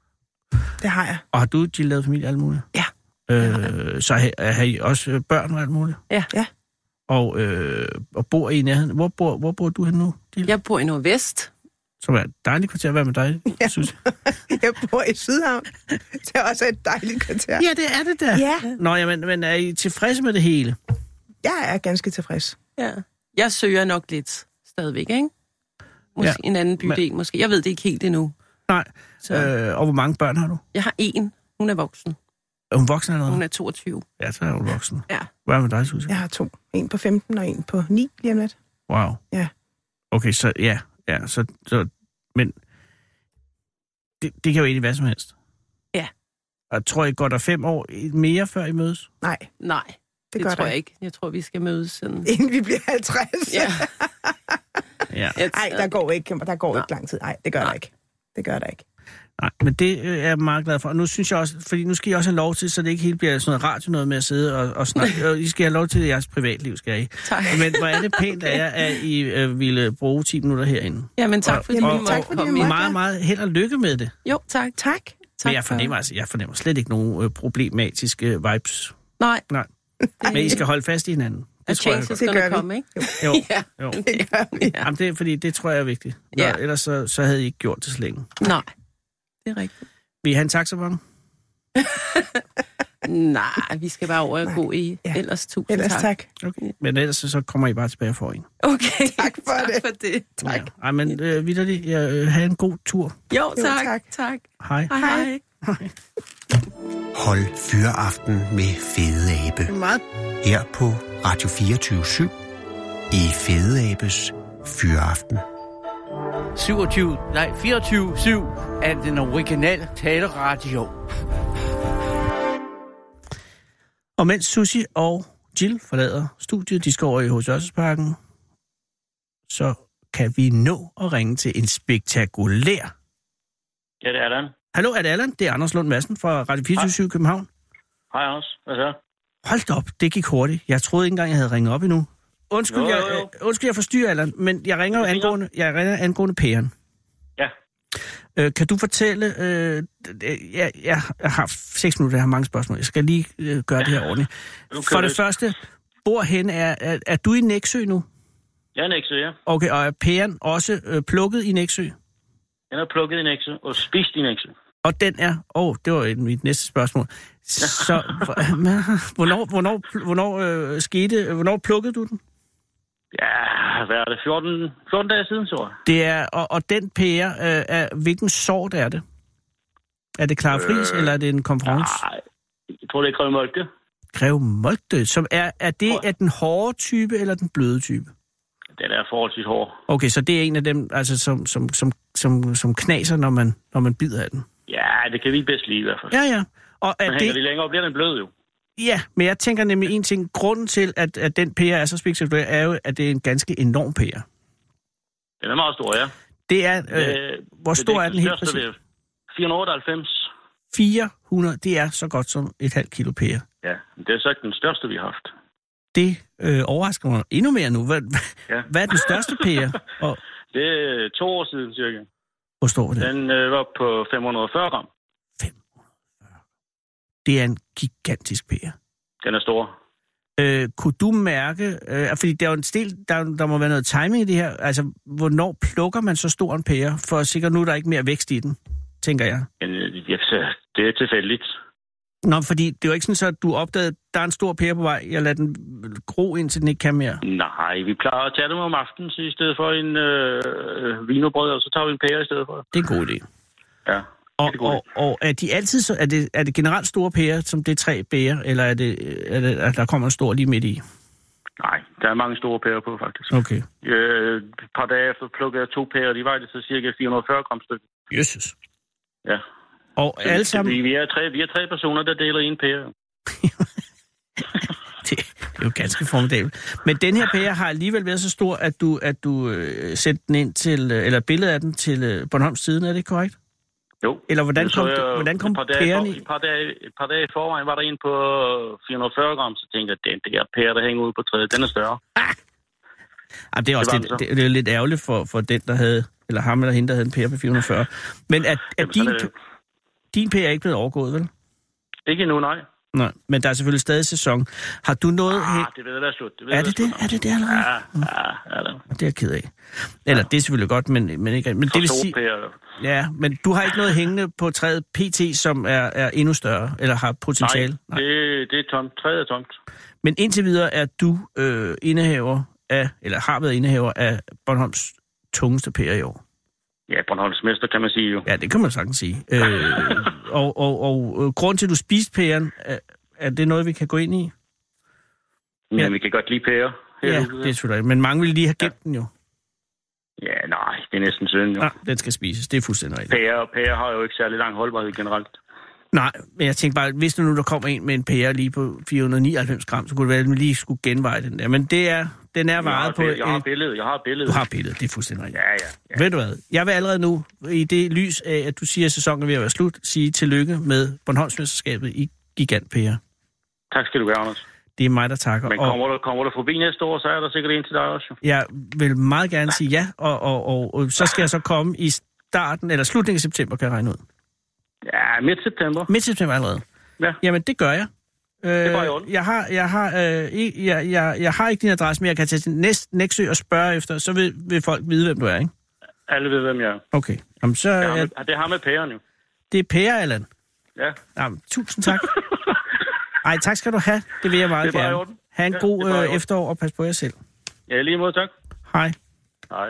I: det har jeg.
E: Og har du, Jill, lavet familie og alt muligt?
I: Ja.
E: Øh, så har, har I også børn og alt muligt?
I: Ja. ja.
E: Og, øh, og bor I i nærheden? Hvor bor, hvor bor du henne nu, Jill?
A: Jeg bor i Nordvest.
E: Som er et dejligt kvarter. Hvad med dig,
I: ja.
E: Susie?
I: Jeg bor i Sydhavn. Det er også et dejligt kvarter.
E: Ja, det er det der.
I: Ja.
E: Nå, ja, men, men er I tilfredse med det hele?
I: Jeg er ganske tilfreds.
A: Ja. Jeg søger nok lidt stadigvæk, ikke? Måske ja. en anden bydel, men... måske. Jeg ved det ikke helt endnu.
E: Nej. Øh, og hvor mange børn har du?
A: Jeg har en. Hun er voksen.
E: Er hun voksen eller noget?
A: Hun er toogtyve.
E: Ja, så er hun voksen.
A: Ja.
E: Hvad med dig, Susie?
I: Jeg har to. En på femten og en på ni lige om lidt.
E: Wow.
I: Ja.
E: Okay, så ja. ja så, så, men det, det kan jo egentlig hvad som helst.
A: Ja.
E: Og tror I, går der fem år mere, før I mødes?
I: Nej.
A: Nej, det, det tror der. jeg ikke. Jeg tror, vi skal mødes sådan...
I: Inden vi bliver halvtreds.
A: Ja.
E: ja.
I: Ej, der går ikke, der går ikke lang tid. Nej, det gør Nej. der ikke. Det gør der ikke.
E: Nej, men det er jeg meget glad for. Og nu synes jeg også, fordi nu skal I også have lov til, så det ikke helt bliver sådan noget radio noget med at sidde og, og snakke. Og I skal have lov til jeres privatliv, skal I.
A: Tak.
E: Men hvor er det pænt af jer, at I øh, ville bruge ti minutter herinde.
A: Jamen tak, fordi
E: og,
A: I måtte komme
E: ind. Meget, meget held og lykke med det.
A: Jo, tak.
I: Tak.
E: Men jeg fornemmer, altså, jeg fornemmer slet ikke nogen øh, problematiske vibes.
A: Nej.
E: Nej. Men I skal holde fast i hinanden.
A: Det tror jeg, det gør komme, ikke?
E: Jo,
A: ja,
E: jo.
A: Det gør vi, ja.
E: Jamen, det er, fordi det tror jeg er vigtigt. Nå, ja. Ellers så, så havde I ikke gjort det så længe.
A: Nej, det er rigtigt.
E: Vil I have en taxabon?
A: Nej, vi skal bare over og gå i. Ja. Ellers tusind
I: ellers
A: tak.
I: tak.
E: Okay. Men ellers så kommer I bare tilbage for en.
A: Okay,
I: tak for
A: tak
I: det.
A: For det. Tak.
E: Ja. Ej, men øh, vitterligt, jeg øh, have en god tur.
A: Jo, tak. Jo, tak. tak.
E: Hej.
A: Hej, hej.
E: hej.
C: Hold Fyraften med Fede Abe.
E: Meget.
C: Her på Radio fireogtyve syv i Fede Abes Fyraften.
J: syvogtyve, nej, fireogtyve syv er den originale taleradio.
E: Og mens Susie og Jill forlader studiet, de skal over i H C Ørstedsparken, så kan vi nå at ringe til en spektakulær...
K: Ja, det er Allan.
E: Hallo, er det Allan? Det er Anders Lund Madsen fra Radio fireogtyve syv København.
K: Hej, Anders. Hvad så?
E: Hold da op, det gik hurtigt. Jeg troede ikke engang, jeg havde ringet op endnu. Undskyld, jo, jo, jo. Jeg, øh, undskyld, jeg forstyrrer, Allan, men jeg ringer jo angående, jeg ringer angående pæren.
K: Ja.
E: Øh, kan du fortælle... Øh, jeg, jeg har seks minutter, jeg har mange spørgsmål. Jeg skal lige øh, gøre ja. det her ordentligt. For det, det første, hvorhen er, er... Er du i Nexø nu?
K: Jeg er i Nexø, ja.
E: Okay, og er pæren også øh, plukket i Nexø?
K: Den er plukket i Nexø og spist i Nexø.
E: Og den er... Åh, oh, det var mit næste spørgsmål. Så, hvornår, hvornår, hvornår øh, skete... Hvornår plukkede du den?
K: Ja, hvad er det? fjorten, fjorten dage siden, så.
E: Det er... Og, og den pære, øh, er, hvilken sort er det? Er det Clara Fris, øh, eller er det en konference?
K: Nej, jeg tror, det er Greve Moltke.
E: Greve Moltke, som er, er det er den hårde type, eller den bløde type?
K: Den er forholdsvis hård.
E: Okay, så det er en af dem, altså, som, som, som, som, som knaser, når man, når man bider af den?
K: Ja, det kan vi bedst lide i hvert fald.
E: Ja, ja. Og
K: men
E: hænger
K: det... de længere, bliver den blød jo.
E: Ja, men jeg tænker nemlig en ting. Grunden til, at, at den pære er så spektakulær, er jo, at det er en ganske enorm pære.
K: Den er meget stor, ja.
E: Det er, øh, øh, hvor stor er den helt præcis?
K: fire hundrede otteoghalvfems.
E: fire hundrede, det er så godt som et halvt kilo pære.
K: Ja, det er så ikke den største, vi har haft.
E: Det øh, overrasker mig endnu mere nu. Hvad, ja. hvad er den største pære? Og...
K: Det er to år siden cirka.
E: Hvor står det?
K: Den øh, var på fem hundrede og fyrre gram.
E: fem hundrede og fyrre. Det er en gigantisk pære.
K: Den er stor.
E: Øh, kunne du mærke, øh, fordi der er jo en stil, der, der må være noget timing i det her, altså hvornår plukker man så stor en pære, for sikkert nu er der ikke mere vækst i den, tænker jeg.
K: Ja, det er tilfældigt.
E: Nå, fordi det er jo ikke sådan, så at du opdagede, der er en stor pære på vej, jeg lader den gro, indtil den ikke kan mere.
K: Nej, vi plejer at tage dem om aftenen, så i stedet for en øh, vinobrød, og så tager vi en pære i stedet for.
E: Det er en god idé.
K: Ja.
E: Og, og, og er de altid så, er det, er det generelt store pærer, som det er tre bærer, eller er det, er det, at der kommer en stor lige midt i?
K: Nej, der er mange store pærer på, faktisk.
E: Okay.
K: Øh, et par dage efter plukkede jeg to pærer, de vejede så cirka fire hundrede og fyrre gram stykke.
E: Jesus.
K: Ja.
E: Og så alle sammen...
K: Vi, vi, er tre, vi er tre personer, der deler en pære.
E: det, det er jo ganske formidabelt. Men den her pære har alligevel været så stor, at du, at du øh, sendte den ind til, eller billedet af den til øh, Bornholms Tidende, er det korrekt?
K: Jo.
E: Eller hvordan kom, jeg, hvordan kom pæren i?
K: Et par, dage, et par dage i forvejen var der en på fire hundrede og fyrre gram, så tænkte jeg, at den der pære, der hænger ude på træet, den er større. Ah.
E: Ah, det er også det, lidt, det, det er lidt ærgerligt for, for den, der havde, eller ham eller hende, der havde en pære på fire hundrede og fyrre. Men at, at din, din pære er ikke blevet overgået, vel?
K: Ikke endnu, nej.
E: Nej, men der er selvfølgelig stadig sæson. Har du noget...
K: Ah, hen... det ved jeg være slut. Det ved
E: er det det? Er det det allerede?
K: Ja, ja, ja.
E: Det er jeg ked af. Eller, ja. Det er selvfølgelig godt, men, men ikke... Men det vil sige... Ja, men du har ikke noget hængende på træet P T, som er, er endnu større, eller har potentiale?
K: Nej, det, det er tomt. Træet er tomt.
E: Men indtil videre er du øh, indehaver af, eller har været indehaver af Bornholms tungeste pære i år.
K: Ja, Bornholms mester, kan man sige jo.
E: Ja, det kan man sagtens sige. øh, og og, og øh, grund til, at du spiste pæren, er, er det noget, vi kan gå ind i?
K: Ja, ja. Vi kan godt lide pære.
E: Ja, det er selvfølgelig. Men mange vil lige have gemt ja. den jo.
K: Ja, nej, det er næsten synd jo.
E: Nej, den skal spises. Det er fuldstændig rigtigt.
K: Pære, pære har jo ikke særlig lang holdbarhed generelt.
E: Nej, men jeg tænker bare, hvis nu der kommer en med en pære lige på fire hundrede og nioghalvfems gram, så kunne det være, at man lige skulle genveje den der. Men det er, den er varet på...
K: Jeg har billedet, jeg har billedet.
E: Du har billedet, det er fuldstændig rigtigt.
K: Ja, ja, ja.
E: Ved du hvad, jeg vil allerede nu, i det lys af, at du siger, at sæsonen er ved at være slut, sige tillykke med Bornholmsmesterskabet i gigantpære.
K: Tak skal du have, Anders.
E: Det er mig, der takker.
K: Men kommer, og, du, kommer du forbi næste år, så er der sikkert en til dig også.
E: Jeg vil meget gerne sige ja, og, og, og, og så skal jeg så komme i starten, eller slutningen af september, kan jeg regne ud.
K: Ja, midt september.
E: Midt september allerede?
K: Ja.
E: Jamen, det gør jeg.
K: Det var i orden.
E: Jeg har, jeg, har, øh, jeg, jeg, jeg har ikke din adresse, men jeg kan tage til næste Nexø og spørge efter, så vil, vil folk vide, hvem du er, ikke?
K: Alle ved, hvem jeg er.
E: Okay. Jamen, så,
K: det, har med, det har med pæren jo.
E: Det er pære, Allan?
K: Ja.
E: Jamen, tusind tak. Ej, tak skal du have. Det vil jeg meget gerne. Ha' en ja, god øh, efterår, og pas på jer selv.
K: Ja, lige måde, tak.
E: Hej.
K: Hej.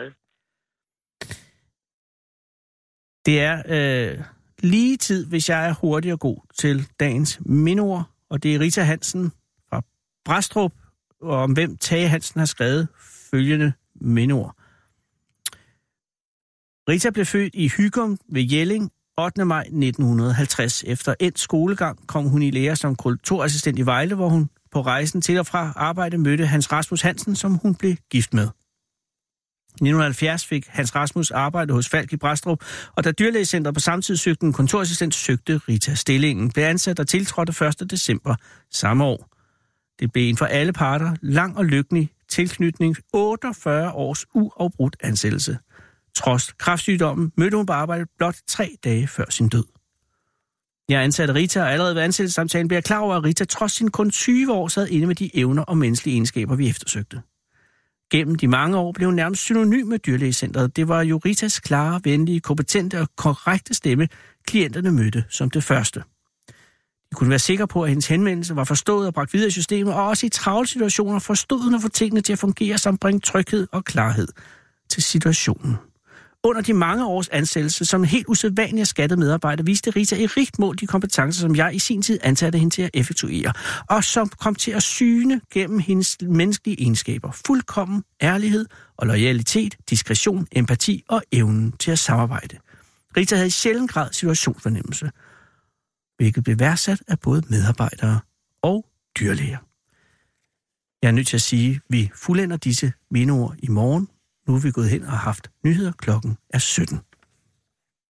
E: Det er øh, lige tid, hvis jeg er hurtig og god til dagens mindeord, og det er Rita Hansen fra Brastrup, og om hvem Tage Hansen har skrevet følgende mindeord. Rita blev født i Hygum ved Jelling ottende maj nitten halvtreds. Efter endt skolegang kom hun i lære som kulturassistent i Vejle, hvor hun på rejsen til og fra arbejde mødte Hans Rasmus Hansen, som hun blev gift med. I nitten halvfjerds fik Hans Rasmus arbejde hos Falk i Brastrup, og da dyrlægecentret på samme tid søgte en kontorassistent, søgte Rita stillingen. Blev ansat og tiltrådte første december samme år. Det blev en for alle parter lang og lykkelig tilknytning, otteogfyrre års uafbrudt ansættelse. Trods kræftsygdommen mødte hun på arbejde blot tre dage før sin død. Jeg ansatte Rita, og allerede ved ansættelsessamtalen blev jeg klar over, at Rita trods sin kun tyve år sad inde med de evner og menneskelige egenskaber, vi eftersøgte. Gennem de mange år blev hun nærmest synonym med dyrlægecentret. Det var jo Ritas klare, venlige, kompetente og korrekte stemme, klienterne mødte som det første. De kunne være sikre på, at hendes henvendelse var forstået og bragt videre i systemet, og også i travle situationer forstod hun at få tingene til at fungere samt bringe tryghed og klarhed til situationen. Under de mange års ansættelse som en helt usædvanlig og skattet medarbejder, viste Rita i rigt mål de kompetencer, som jeg i sin tid ansatte hende til at effektuere, og som kom til at syne gennem hendes menneskelige egenskaber. Fuldkommen ærlighed og loyalitet, diskretion, empati og evnen til at samarbejde. Rita havde i sjælden grad situationsfornemmelse, hvilket blev værdsat af både medarbejdere og dyrlæger. Jeg er nødt til at sige, at vi fuldender disse mindeord i morgen. Nu er vi gået hen og haft nyheder. Klokken er sytten.